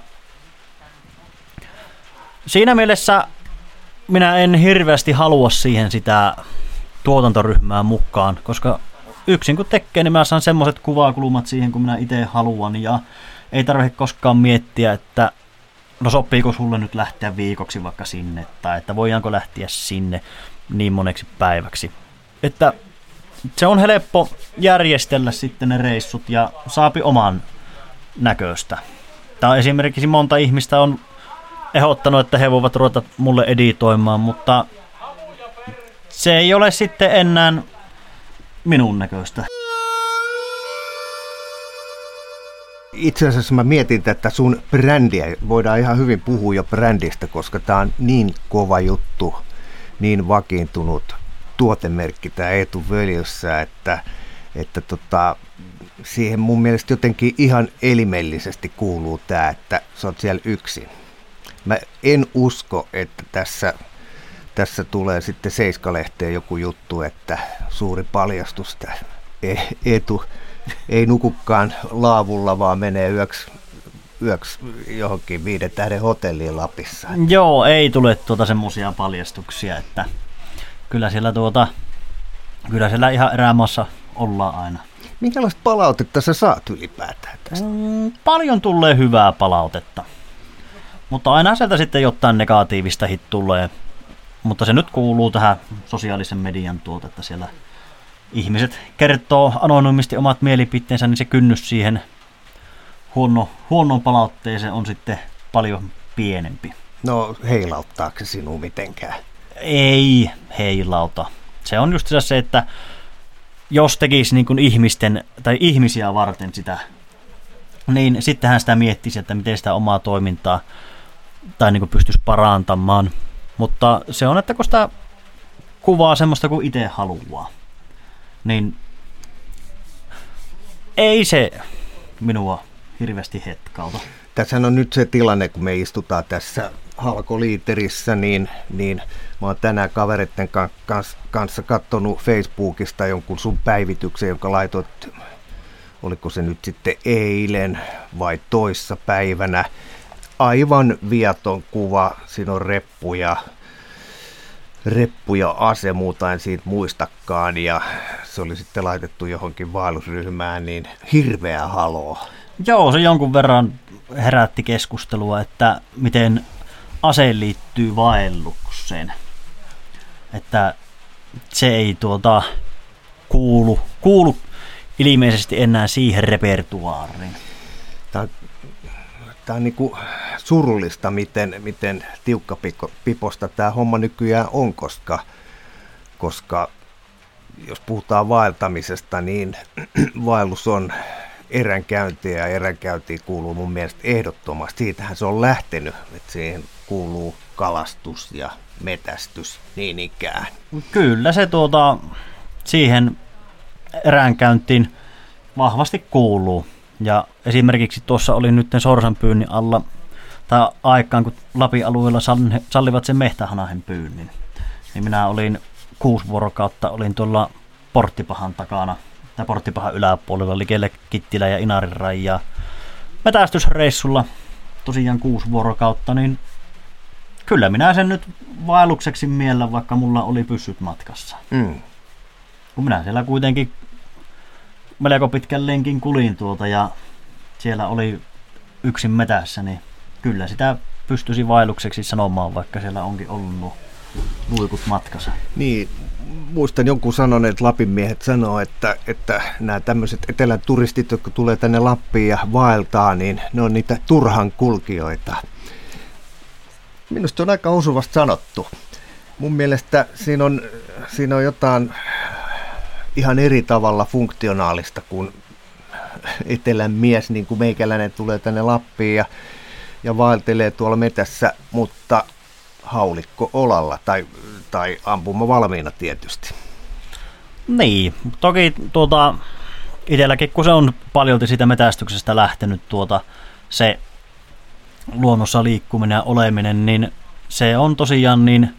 siinä mielessä minä en hirveästi halua siihen sitä tuotantoryhmää mukaan, koska yksin kun tekee, niin mä saan semmoiset kuvakulmat siihen, kun minä itse haluan, ja ei tarvitse koskaan miettiä, että no sopiiko sulle nyt lähteä viikoksi vaikka sinne, tai että voidaanko lähteä sinne niin moneksi päiväksi. Että se on helppo järjestellä sitten ne reissut ja saapi oman näköistä. Tai esimerkiksi monta ihmistä on ehdottanut, että he voivat ruveta mulle editoimaan, mutta se ei ole sitten enää minun näköistä. Itse asiassa mä mietin, että sun brändiä, voidaan ihan hyvin puhua jo brändistä, koska tää on niin kova juttu, niin vakiintunut tuotemerkki tää Eetu Völjyssä, että, että tota, siihen mun mielestä jotenkin ihan elimellisesti kuuluu tää, että sä oot siellä yksin. Mä en usko, että tässä, tässä tulee sitten Seiska-lehteen joku juttu, että suuri paljastus tää Eetu ei nukukaan laavulla, vaan menee yöksi, yöksi johonkin viiden tähden hotelliin Lapissa. Joo, ei tule tuota semmoisia paljastuksia, että kyllä siellä, tuota, kyllä siellä ihan erämaassa ollaan aina. Minkälaista palautetta sä saat ylipäätään tästä? Mm, paljon tulee hyvää palautetta, mutta aina sieltä sitten jotain negatiivista hit tulee, mutta se nyt kuuluu tähän sosiaalisen median tuota, että siellä ihmiset kertoo anonyymisti omat mielipiteensä, niin se kynnys siihen huono, huonoon palautteeseen on sitten paljon pienempi. No heilauttaako se sinua mitenkään? Ei heilauta. Se on just se, että jos tekisi niin kuin ihmisten tai ihmisiä varten sitä, niin sittenhän sitä miettisi, että miten sitä omaa toimintaa tai niin kuin pystyisi parantamaan. Mutta se on, että kun sitä kuvaa semmoista kuin itse haluaa, niin ei se minua hirveästi hetkauta. Tässähän on nyt se tilanne, kun me istutaan tässä Halkoliiterissä, niin, niin mä oon tänään kavereiden kanssa katsonut Facebookista jonkun sun päivityksen, jonka laitoit oliko se nyt sitten eilen vai toissa päivänä. Aivan viaton kuva, siinä on reppuja, reppuja ase, muuta en siitä muistakaan, ja se oli sitten laitettu johonkin vaellusryhmään, niin hirveä haloo. Joo, se jonkun verran herätti keskustelua, että miten ase liittyy vaellukseen. Että se ei tuota kuulu, kuulu ilmeisesti enää siihen repertuaariin. Tämä on, tämä on niin kuin surullista, miten, miten tiukkapiposta tämä homma nykyään on, koska, koska jos puhutaan vaeltamisesta, niin vaellus on eränkäyntiä ja eränkäyntiin kuuluu mun mielestä ehdottomasti. Siitähän se on lähtenyt, että siihen kuuluu kalastus ja metästys niin ikään. Kyllä se tuota, siihen eräänkäyntiin vahvasti kuuluu. Ja esimerkiksi tuossa oli nyt sorsanpyynnin alla, tai aikaan kun Lapin alueella sallivat sen mehtähanahen pyynnin, niin minä olin kuusi vuorokautta olin tuolla Porttipahan takana, tai Porttipahan yläpuolella, likelle Kittilä ja Inarin rajaa metästysreissulla tosiaan kuusi vuorokautta, niin kyllä minä sen nyt vaellukseksi miellä, vaikka mulla oli pyssyt matkassa. Mm. Kun minä siellä kuitenkin melko pitkän lenkin kulin tuota ja siellä oli yksin metässä, niin kyllä sitä pystyisi vaellukseksi sanomaan, vaikka siellä onkin ollut luikut matkassa. Niin, muistan jonkun sanon, että Lapin miehet sanoo, että, että nämä tämmöiset etelän turistit, jotka tulee tänne Lappiin ja vaeltaa, niin ne on niitä turhan kulkijoita. Minusta on aika osuvasti sanottu. Mun mielestä siinä on, siinä on jotain ihan eri tavalla funktionaalista, kun etelän mies, niin kuin meikäläinen, tulee tänne Lappiin ja, ja vaeltelee tuolla metässä, mutta haulikko olalla tai, tai ampuma valmiina tietysti. Niin, toki tuota, itselläkin kun se on paljolti siitä metästyksestä lähtenyt tuota, se luonnossa liikkuminen ja oleminen, niin se on tosiaan niin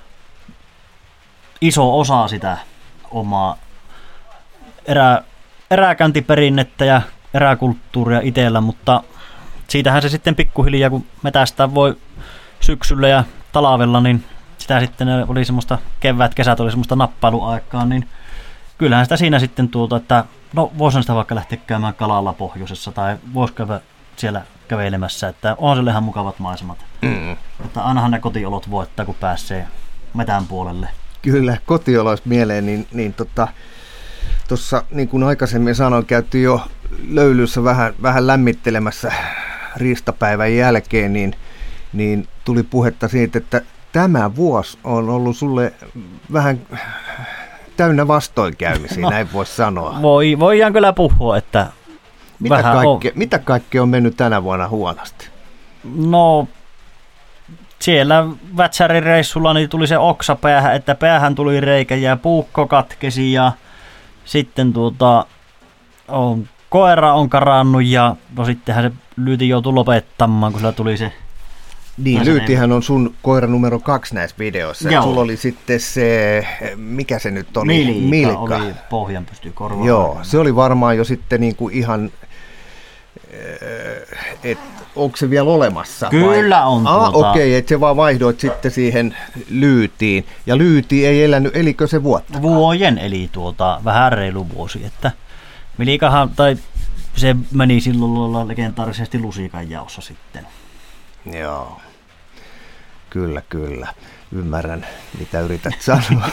iso osa sitä omaa erä, eräkäyntiperinnettä ja eräkulttuuria itsellä, mutta siitähän se sitten pikkuhiljaa, kun metästää voi syksyllä ja talvella, niin sitä sitten oli semmoista kevät, kesät oli semmoista nappailuaikaa, niin kyllähän sitä siinä sitten tuota, että no voisin sitä vaikka lähteä käymään kalalla pohjoisessa tai voisi käydä siellä kävelemässä, että on siellä ihan mukavat maisemat. Mm. Että ainahan ne kotiolot voittaa, kun pääsee metän puolelle. Kyllä, kotiolois mieleen, niin, niin tota, tuossa niin kuin aikaisemmin sanoin, käytiin jo löylyssä vähän, vähän lämmittelemässä riistapäivän jälkeen, niin, niin tuli puhetta siitä, että tämä vuosi on ollut sulle vähän täynnä vastoinkäymisiä, no, näin voisi sanoa. Voi, voidaan kyllä puhua, että mitä kaikkea, mitä kaikkea on mennyt tänä vuonna huonosti? No, siellä Vätsärireissulla niin tuli se oksa päähän, että päähän tuli reikä ja puukko katkesi ja sitten tuota, on, koira on karannut ja no sittenhän se lyyti joutui lopettamaan, kun sillä tuli se. Niin, Lyytihän on sun koira numero kaksi näissä videoissa. Sulla oli sitten se, mikä se nyt oli? Milika. Milka. Oli pohjan pystyy korvaan. Joo, se oli varmaan jo sitten niin kuin ihan, että onko se vielä olemassa? Kyllä vai? on. Ah, tuota. Okei, okay, että se vaan vaihdoit sitten siihen Lyytiin. Ja Lyyti ei elänyt, elikö se vuotta? Vuojen eli tuota, vähän reilu vuosi. Että Milikahan, tai se meni silloin legendaarisesti lusikan jaossa sitten. Joo, kyllä, kyllä. Ymmärrän, mitä yrität sanoa.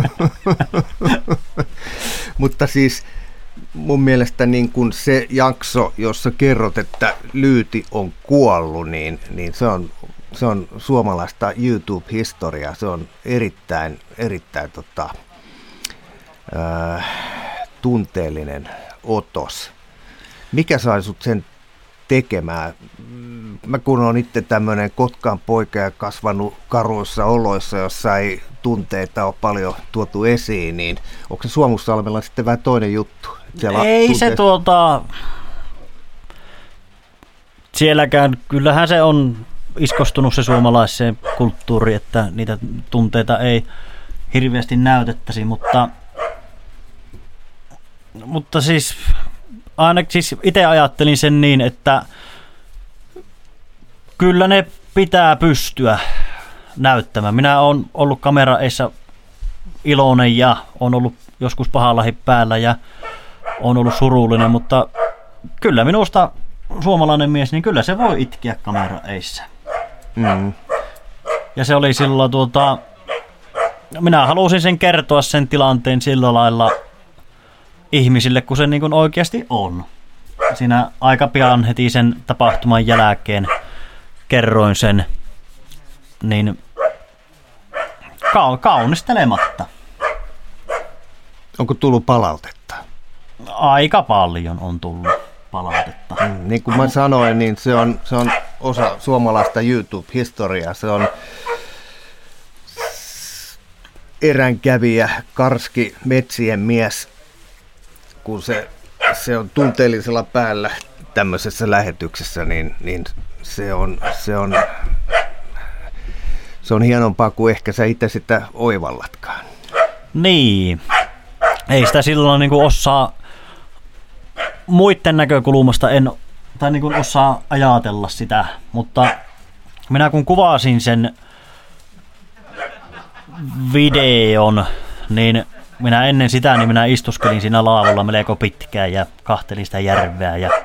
Mutta siis mun mielestä niin kun se jakso, jossa kerrot, että Lyyti on kuollut, niin, niin se, on, se on suomalaista YouTube-historiaa. Se on erittäin, erittäin tota, äh, tunteellinen otos. Mikä sai sut sen tekemään? Mä kun olen itse tämmöinen Kotkan poika ja kasvanut karuissa oloissa, jossa ei tunteita ole paljon tuotu esiin, niin onko se Suomussalmella sitten vähän toinen juttu? Siellä ei tunteista... se tuota... Sielläkään, kyllähän se on iskostunut se suomalaiseen kulttuuriin, että niitä tunteita ei hirveästi näytettäisi, mutta, mutta siis ainakin siis itse ajattelin sen niin, että kyllä ne pitää pystyä näyttämään. Minä olen ollut kameraeissa iloinen ja on ollut joskus pahallahi päällä ja on ollut surullinen, mutta kyllä minusta suomalainen mies, niin kyllä se voi itkeä kameraeissa. Mm. Ja se oli silloin tuota, minä halusin sen kertoa sen tilanteen sillä lailla ihmisille, kun se niin kuin oikeasti on. Siinä aika pian heti sen tapahtuman jälkeen kerroin sen, niin ka- kaunistelematta. Onko tullut palautetta? Aika paljon on tullut palautetta. Mm, niin kuin mä sanoin, niin se on, se on osa suomalaista YouTube-historiaa. Se on eränkävijä, karski metsien mies, kun se, se on tunteellisella päällä tämmöisessä lähetyksessä, niin, niin se, on, se, on, se on hienompaa kuin ehkä sä itse sitä oivallatkaan. Niin. Ei sitä silloin niin kuin osaa muiden näkökulmasta en, tai niin kuin osaa ajatella sitä, mutta minä kun kuvasin sen videon, niin minä ennen sitä niin minä istuskelin siinä laavalla melko pitkään ja kahtelin sitä järveä ja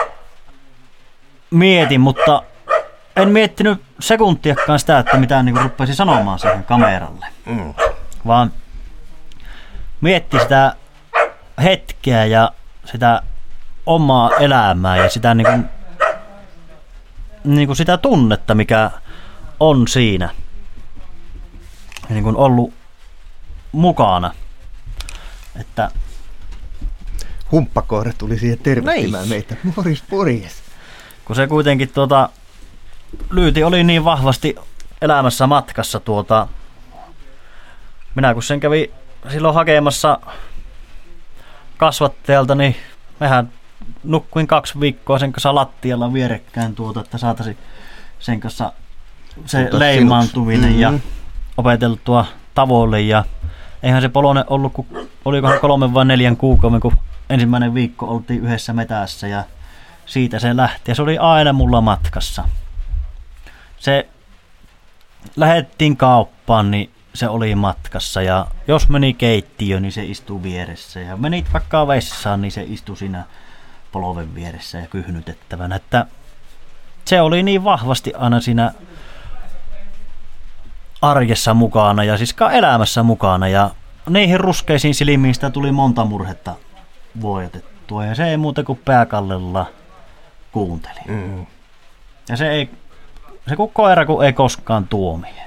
mietin, mutta en miettinyt sekuntiakaan sitä, että mitä niin kuin rupesin sanomaan siihen kameralle, mm. vaan mietti sitä hetkeä ja sitä omaa elämää ja sitä, niin kuin, niin kuin sitä tunnetta, mikä on siinä niin kuin ollut mukana. Että humppakoira tuli siihen tervehtimään meitä. Moris, morjes. Kun se kuitenkin tuota, Lyyti oli niin vahvasti elämässä matkassa tuota, minä kun sen kävi silloin hakemassa kasvattajalta, niin mehän nukkuin kaksi viikkoa sen kanssa lattialla vierekkäin tuota, että saataisiin sen kanssa se Tuota leimaantuminen mm-hmm. ja opeteltua tavoille. Ja eihän se Polonen ollut, kun olikohan kolmen vai neljän kuukauden, kun ensimmäinen viikko oltiin yhdessä metässä ja siitä se lähti. Ja se oli aina mulla matkassa. Se lähdettiin kauppaan, niin se oli matkassa ja jos meni keittiöön, niin se istui vieressä ja menit vaikka vessaan, niin se istui siinä polven vieressä ja kyhnytettävänä, että se oli niin vahvasti aina siinä arjessa mukana ja siis elämässä mukana ja niihin ruskeisiin silmiin sitä tuli monta murhetta voitettua ja se ei muuta kuin pääkallella kuunteli. Mm. Ja se ei, se kun koira kun ei koskaan tuomie.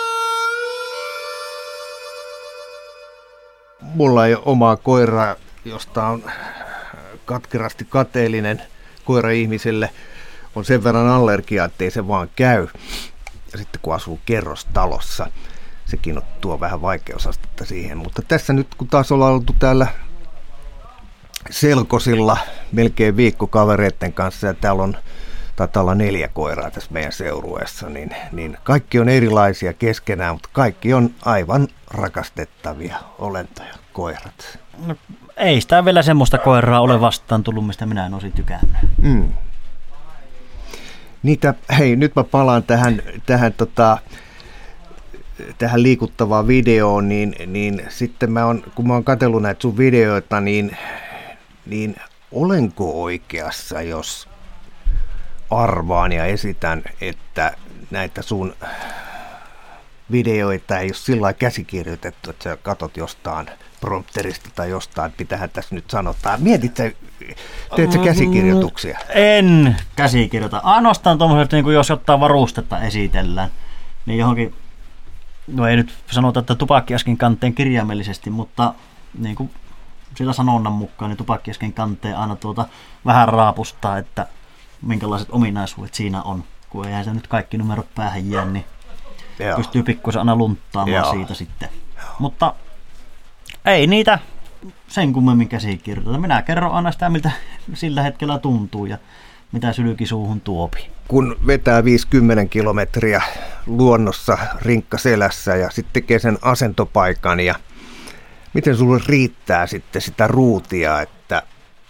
Mulla ei ole omaa koiraa, josta on katkerasti kateellinen koira ihmiselle. On sen verran allergia, ettei se vaan käy. Ja sitten kun asuu kerrostalossa, sekin tuo vähän vaikeusastetta siihen. Mutta tässä nyt kun taas ollaan oltu täällä Selkosilla melkein viikko kavereiden kanssa ja täällä on taitaa olla neljä koiraa tässä meidän seurueessa, niin, niin kaikki on erilaisia keskenään, mutta kaikki on aivan rakastettavia olentoja, koirat. No, ei sitä vielä semmoista koiraa ole vastaan tullut, mistä minä en olisi tykännyt. Mm. Niitä, hei, nyt mä palaan tähän, tähän, tota, tähän liikuttavaan videoon, niin, niin sitten mä on, kun mä oon katsellut näitä sun videoita, niin, niin olenko oikeassa, jos arvaan ja esitän, että näitä sun videoita ei ole sillä lailla käsikirjoitettu, että sä katot jostain prompterista tai jostain, että mitähän tässä nyt sanotaan. Mietit sä, teet sä käsikirjoituksia? En käsikirjoita. Ainoastaan tuommoiset, niin jos jotain varustetta esitellään, niin johonkin, no ei nyt sanota, että tupakkiaskin kanteen kirjaimellisesti, mutta niin kuin sillä sanonnan mukaan, niin tupakkiaskin kanteen aina tuota vähän raapustaa, että minkälaiset ominaisuudet siinä on, kun eihän se nyt kaikki numerot päähän jää, niin Joo. pystyy pikkuisen aina lunttaamaan Joo. siitä sitten. Joo. Mutta ei niitä sen kummemmin käsikirjoiteta. Minä kerron aina sitä, miltä sillä hetkellä tuntuu ja mitä sylki suuhun tuopi. Kun vetää viisikymmentä kilometriä luonnossa rinkka selässä ja sitten tekee sen asentopaikan ja miten sulle riittää sitten sitä ruutia, että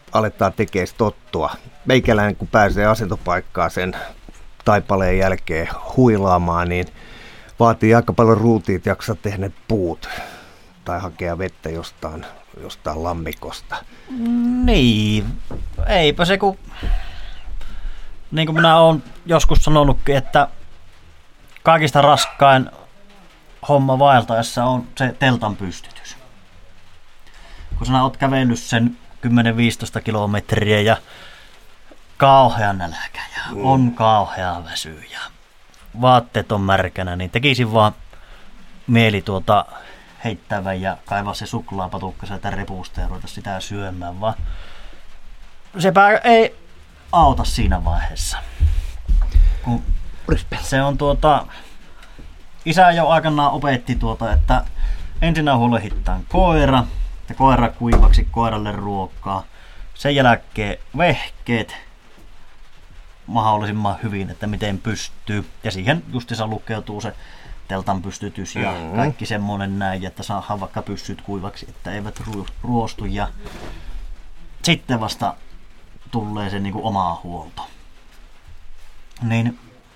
aletaan tekemään tottua. Meikäläinen kun pääsee asentopaikkaan sen taipaleen jälkeen huilaamaan, niin vaatii aika paljon ruutia, että jaksaa tehdä ne puut tai hakea vettä jostain, jostain lammikosta. Niin, eipä se kun, niin kuin minä olen joskus sanonutkin, että kaikista raskain homma vaeltaessa on se teltan pystytys. Kun sinä olet kävellyt sen kymmenen viisitoista kilometriä ja kauhea nälkä ja mm. on kauhea väsy ja vaatteet on märkänä, niin tekisin vaan mieli tuota heittävän ja kaivaa se suklaapatukka sieltä repusta ja ruveta sitä syömään, vaan sepä ei auta siinä vaiheessa. Kun se on tuota, isä jo aikanaan opetti tuota, että ensin huolehditaan koira, ja koira kuivaksi, koiralle ruokaa, sen jälkeen vehkeet mahdollisimman hyvin, että miten pystyy, ja siihen justiinsa lukeutuu se teltan pystytys ja mm-hmm. kaikki semmoinen näin, että saadaan vaikka pyssyt kuivaksi, että eivät ruostu, ja sitten vasta tulee se niin kuin oma huolto. Niin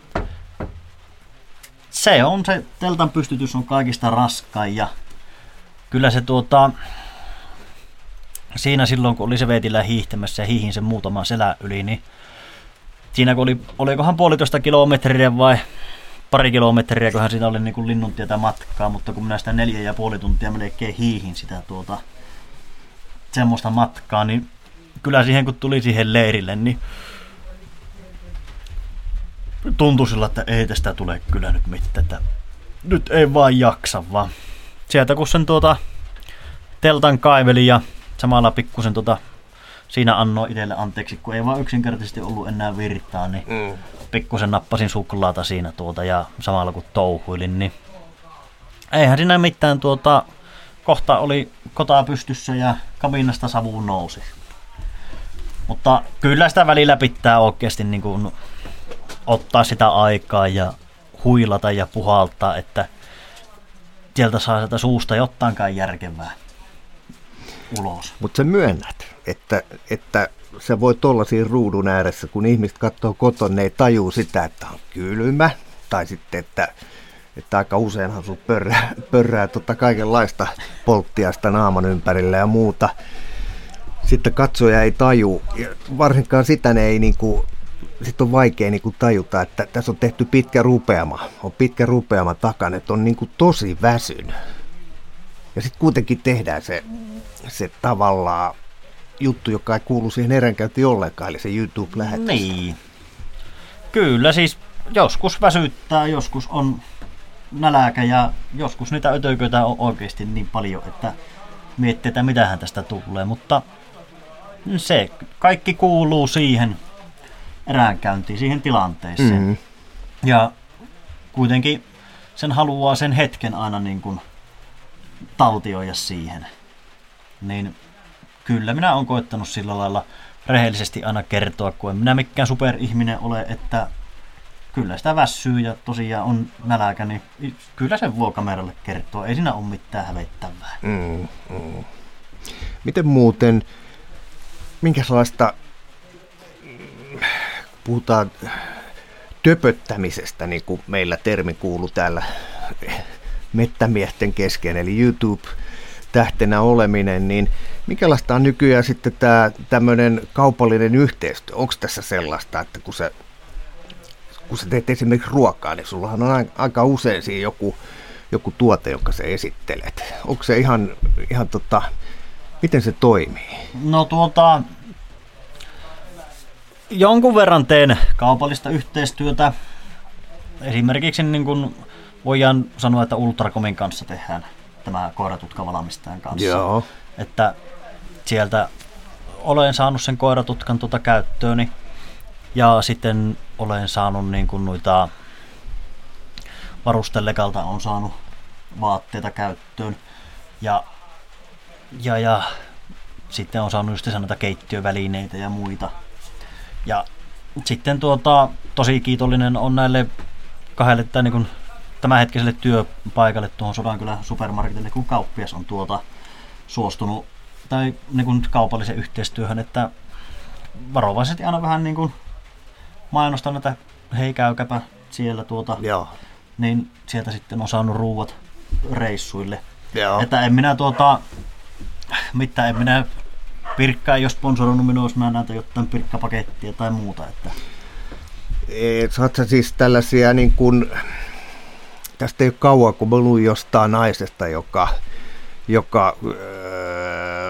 se on se teltan pystytys on kaikista raskain, ja kyllä se tuota siinä silloin kun oli se veetillä hiihtämässä ja hiihin sen muutaman selän yli, niin siinä kun oli, olikohan puolitoista kilometriä vai pari kilometriä, kunhan siinä oli niin kuin linnuntietä matkaa, mutta kun minä sitä neljä ja puoli tuntia melkein hiihin sitä tuota semmoista matkaa, niin kyllä siihen kun tuli siihen leirille, niin tuntui sillä, että ei tästä tule kyllä nyt mitään, että nyt ei vaan jaksa vaan. Sieltä kun sen tuota teltan kaiveli ja samalla pikkusen tuota siinä annoi itselle anteeksi, kun ei vaan yksinkertaisesti ollut enää virtaa, niin mm. pikkusen nappasin suklaata siinä tuota ja samalla kun touhuilin, niin eihän siinä mitään tuota, kohta oli kota pystyssä ja kabinasta savu nousi. Mutta kyllä sitä välillä pitää oikeasti niin kuin ottaa sitä aikaa ja huilata ja puhaltaa, että sieltä saa sieltä suusta jotainkaan järkevää ulos. Mutta sä myönnät, että, että sä voit olla siinä ruudun ääressä, kun ihmiset katsoo kotona, ne ei tajuu sitä, että on kylmä, tai sitten, että, että aika useinhan sun pörrää, pörrää tota kaikenlaista polttiaista naaman ympärillä ja muuta. Sitten katsoja ei taju, ja varsinkaan sitä ne ei niinku, sit on vaikea niinku tajuta, että tässä on tehty pitkä rupeama, on pitkä rupeama takana, että on niinku tosi väsynyt. Ja sitten kuitenkin tehdään se, se tavallaan juttu, joka ei kuulu siihen eränkäyntiin ollenkaan, eli se YouTube-lähetys. Niin. Kyllä, siis joskus väsyttää, joskus on nälkä ja joskus niitä ötököitä on oikeasti niin paljon, että miettii, että mitähän tästä tulee, mutta se kaikki kuuluu siihen eräänkäyntiin, siihen tilanteeseen. Mm-hmm. Ja kuitenkin sen haluaa sen hetken aina niin kuin taltioida siihen. Niin kyllä minä olen koettanut sillä lailla rehellisesti aina kertoa, kun en minä mikään superihminen ole, että kyllä sitä väsyy ja tosiaan on nälkä, niin kyllä sen voi kameralle kertoa. Ei siinä ole mitään hävettävää. Mm, mm. Miten muuten, minkälaista, puhutaan töpöttämisestä, niin kuin meillä termi kuuluu täällä mettämiesten kesken, eli YouTube-tähtenä oleminen, niin minkälaista on nykyään sitten tämä tämmöinen kaupallinen yhteistyö? Onko tässä sellaista, että kun sä, kun sä teet esimerkiksi ruokaa, niin sullahan on aika usein siinä joku, joku tuote, jonka sä esittelet. Onko se ihan, ihan tota, miten se toimii? No tuota, jonkun verran teen kaupallista yhteistyötä. Esimerkiksi niin kuin voidaan sanoa, että Ultracomin kanssa tehdään tämä koiratutka-valmistajan kanssa. Joo. Että sieltä olen saanut sen koiratutkan tuota käyttööni ja sitten olen saanut niin kuin noita varustelekalta on saanut vaatteita käyttöön ja, ja, ja sitten on saanut just noita keittiövälineitä ja muita. Ja sitten tuota, tosi kiitollinen on näille kahdelle tai niin kuin tämänhetkiselle työpaikalle tuohon Sodankylän supermarketille, kun kauppias on tuota suostunut tai niin kuin kaupallisen yhteistyöhön, että varovaisesti aina vähän niin kuin mainostan näitä, hei käykääpä siellä tuota, Joo. niin sieltä sitten on saanut ruuat reissuille. Joo. Että en minä tuota, mitään, en minä Pirkka ei ole sponsoroinut minua, jos mä näytän jotain pirkkapakettia tai muuta. Että. Saat sä siis tällaisia, niin kun, tästä ei ole kauan, kun mä luin jostain naisesta, joka, joka öö,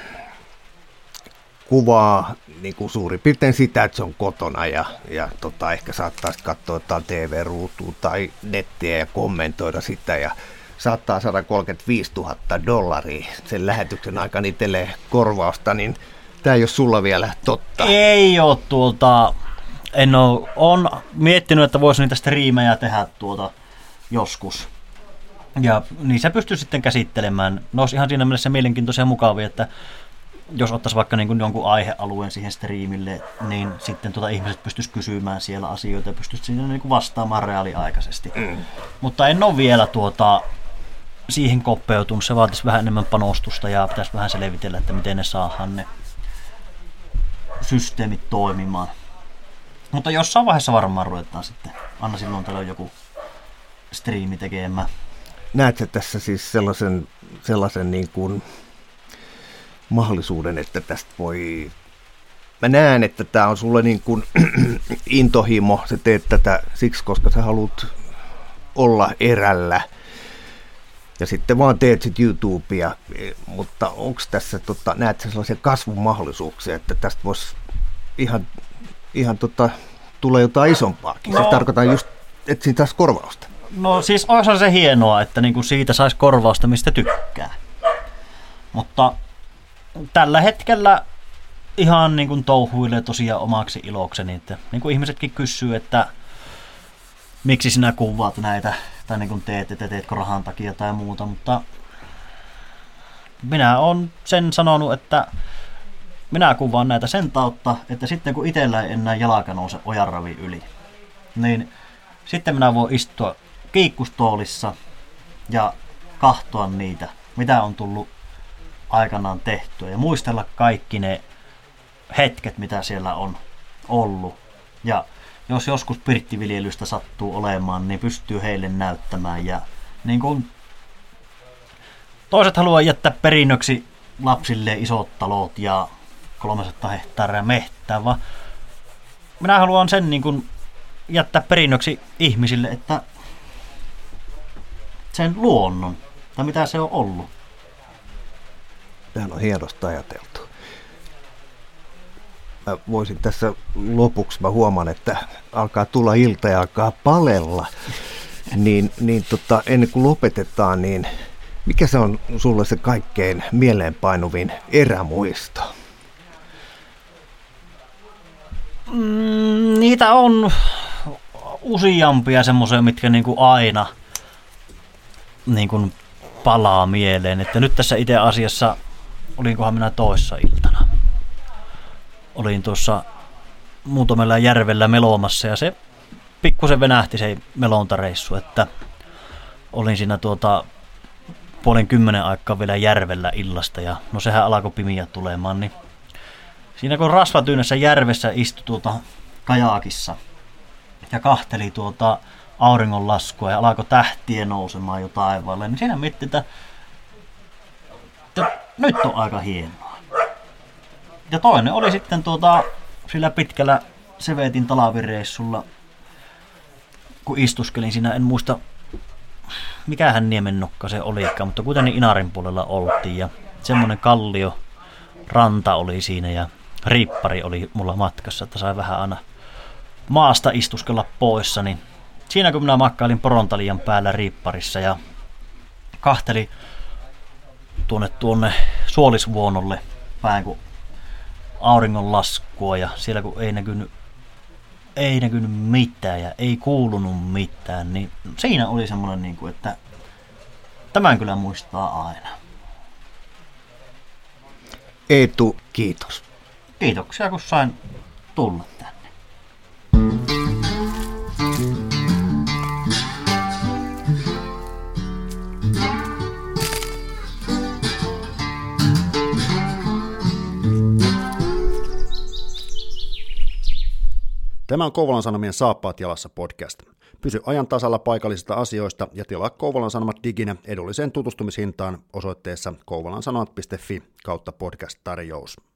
kuvaa niin kuin suurin piirtein sitä, että se on kotona ja, ja tota, ehkä saattaa katsoa jotain T V-ruutua tai nettiä ja kommentoida sitä ja saattaa saada kolmekymmentäviisituhatta dollaria sen lähetyksen aikana itselleen korvausta, niin tämä ei ole sulla vielä totta. Ei ole tuolta, en ole, on miettinyt, että voisi niitä striimejä tehdä tuota joskus. Ja niin se pystyy sitten käsittelemään. Ne olisi ihan siinä mielessä mielenkiintoisia ja mukavia, että jos ottaisi vaikka niin kuin jonkun aihealueen siihen striimille, niin sitten tuota ihmiset pystyisi kysymään siellä asioita ja pystyisi siinä niin kuin vastaamaan reaaliaikaisesti. Mm. Mutta en ole vielä tuota siihen koppeutunut. Se vaatisi vähän enemmän panostusta ja pitäisi vähän selvitellä, että miten ne saadaan ne systeemit toimimaan. Mutta jossain vaiheessa varmaan ruvetaan sitten. Anna silloin täällä on joku striimi tekemään. Näetkö tässä siis sellaisen, sellaisen niin kuin mahdollisuuden, että tästä voi... Mä näen, että tämä on sulle niin kuin intohimo. Sä teet tätä siksi, koska sä haluat olla erällä. Ja sitten vaan teet sit YouTubea. Mutta onko tässä, tota, näetkö sellaisia kasvun mahdollisuuksia, että tästä voisi ihan, ihan tota, tulla jotain isompaakin? No. Se tarkoittaa just, että siitä saisi korvausta. No siis olisi se hienoa, että niinku siitä saisi korvausta, mistä tykkää. Mutta tällä hetkellä ihan niin kuin touhuilee tosiaan omaksi ilokseni. Että niin kuin ihmisetkin kysyy, että miksi sinä kuvaat näitä, tai niin kuin teet, että teetkö rahan takia tai muuta. Mutta minä olen sen sanonut, että minä kuvaan näitä sen tautta, että sitten kun itsellä ei enää jalka nouse ojanravi yli, niin sitten minä voin istua kiikkustoolissa ja kahtoa niitä, mitä on tullut aikanaan tehtyä ja muistella kaikki ne hetket, mitä siellä on ollut. Ja jos joskus pirttiviljelystä sattuu olemaan, niin pystyy heille näyttämään. Ja niin kun toiset haluaa jättää perinnöksi lapsille isot talot ja kolmesataa hehtaaria mehtää, vaan minä haluan sen niin kun jättää perinnöksi ihmisille, että sen luonnon, tai mitä se on ollut. Tämä on hienosti ajateltu. Mä voisin tässä lopuksi, mä huomaan, että alkaa tulla ilta ja alkaa palella, niin, niin tota, ennen kuin lopetetaan, niin mikä se on sulle se kaikkein mieleenpainuvin erämuisto? Mm, niitä on useampia semmoisia, mitkä niinku aina niinku palaa mieleen. Että nyt tässä itse asiassa, olinkohan minä toissa iltana, olin tuossa muutamalla järvellä melomassa ja se pikkusen venähti se melontareissu, että olin siinä tuota puolen kymmenen aikaa vielä järvellä illasta ja no sehän alkoi pimiä tulemaan, niin siinä kun rasvatyynessä järvessä istui tuota kajaakissa ja kahteli tuota auringonlaskua ja alkoi tähtiä nousemaan jo taivaalle, niin siinä miettii, että, että nyt on aika hienoa. Ja toinen oli sitten tuota, sillä pitkällä Sevetin talavireissulla, kun istuskelin siinä, en muista mikähän niemennokka se olikaan, mutta kuitenkin Inarin puolella oltiin ja semmoinen kallio ranta oli siinä ja riippari oli mulla matkassa, että sai vähän aina maasta istuskella poissa, niin siinä kun minä makkailin porontalian päällä riipparissa ja kahteli tuonne tuonne Suolisvuonolle päin kun auringon laskua ja siellä kun ei näkynyt, ei näkynyt mitään ja ei kuulunut mitään, niin siinä oli semmoinen, niin kuin, että tämän kyllä muistaa aina. Eetu, kiitos. Kiitoksia kun sain tulla tänne. Tämä on Kouvolan Sanomien Saappaat jalassa podcast. Pysy ajan tasalla paikallisista asioista ja tilaa Kouvolan Sanomat diginä edulliseen tutustumishintaan osoitteessa kouvolansanomat piste fi kautta podcast-tarjous.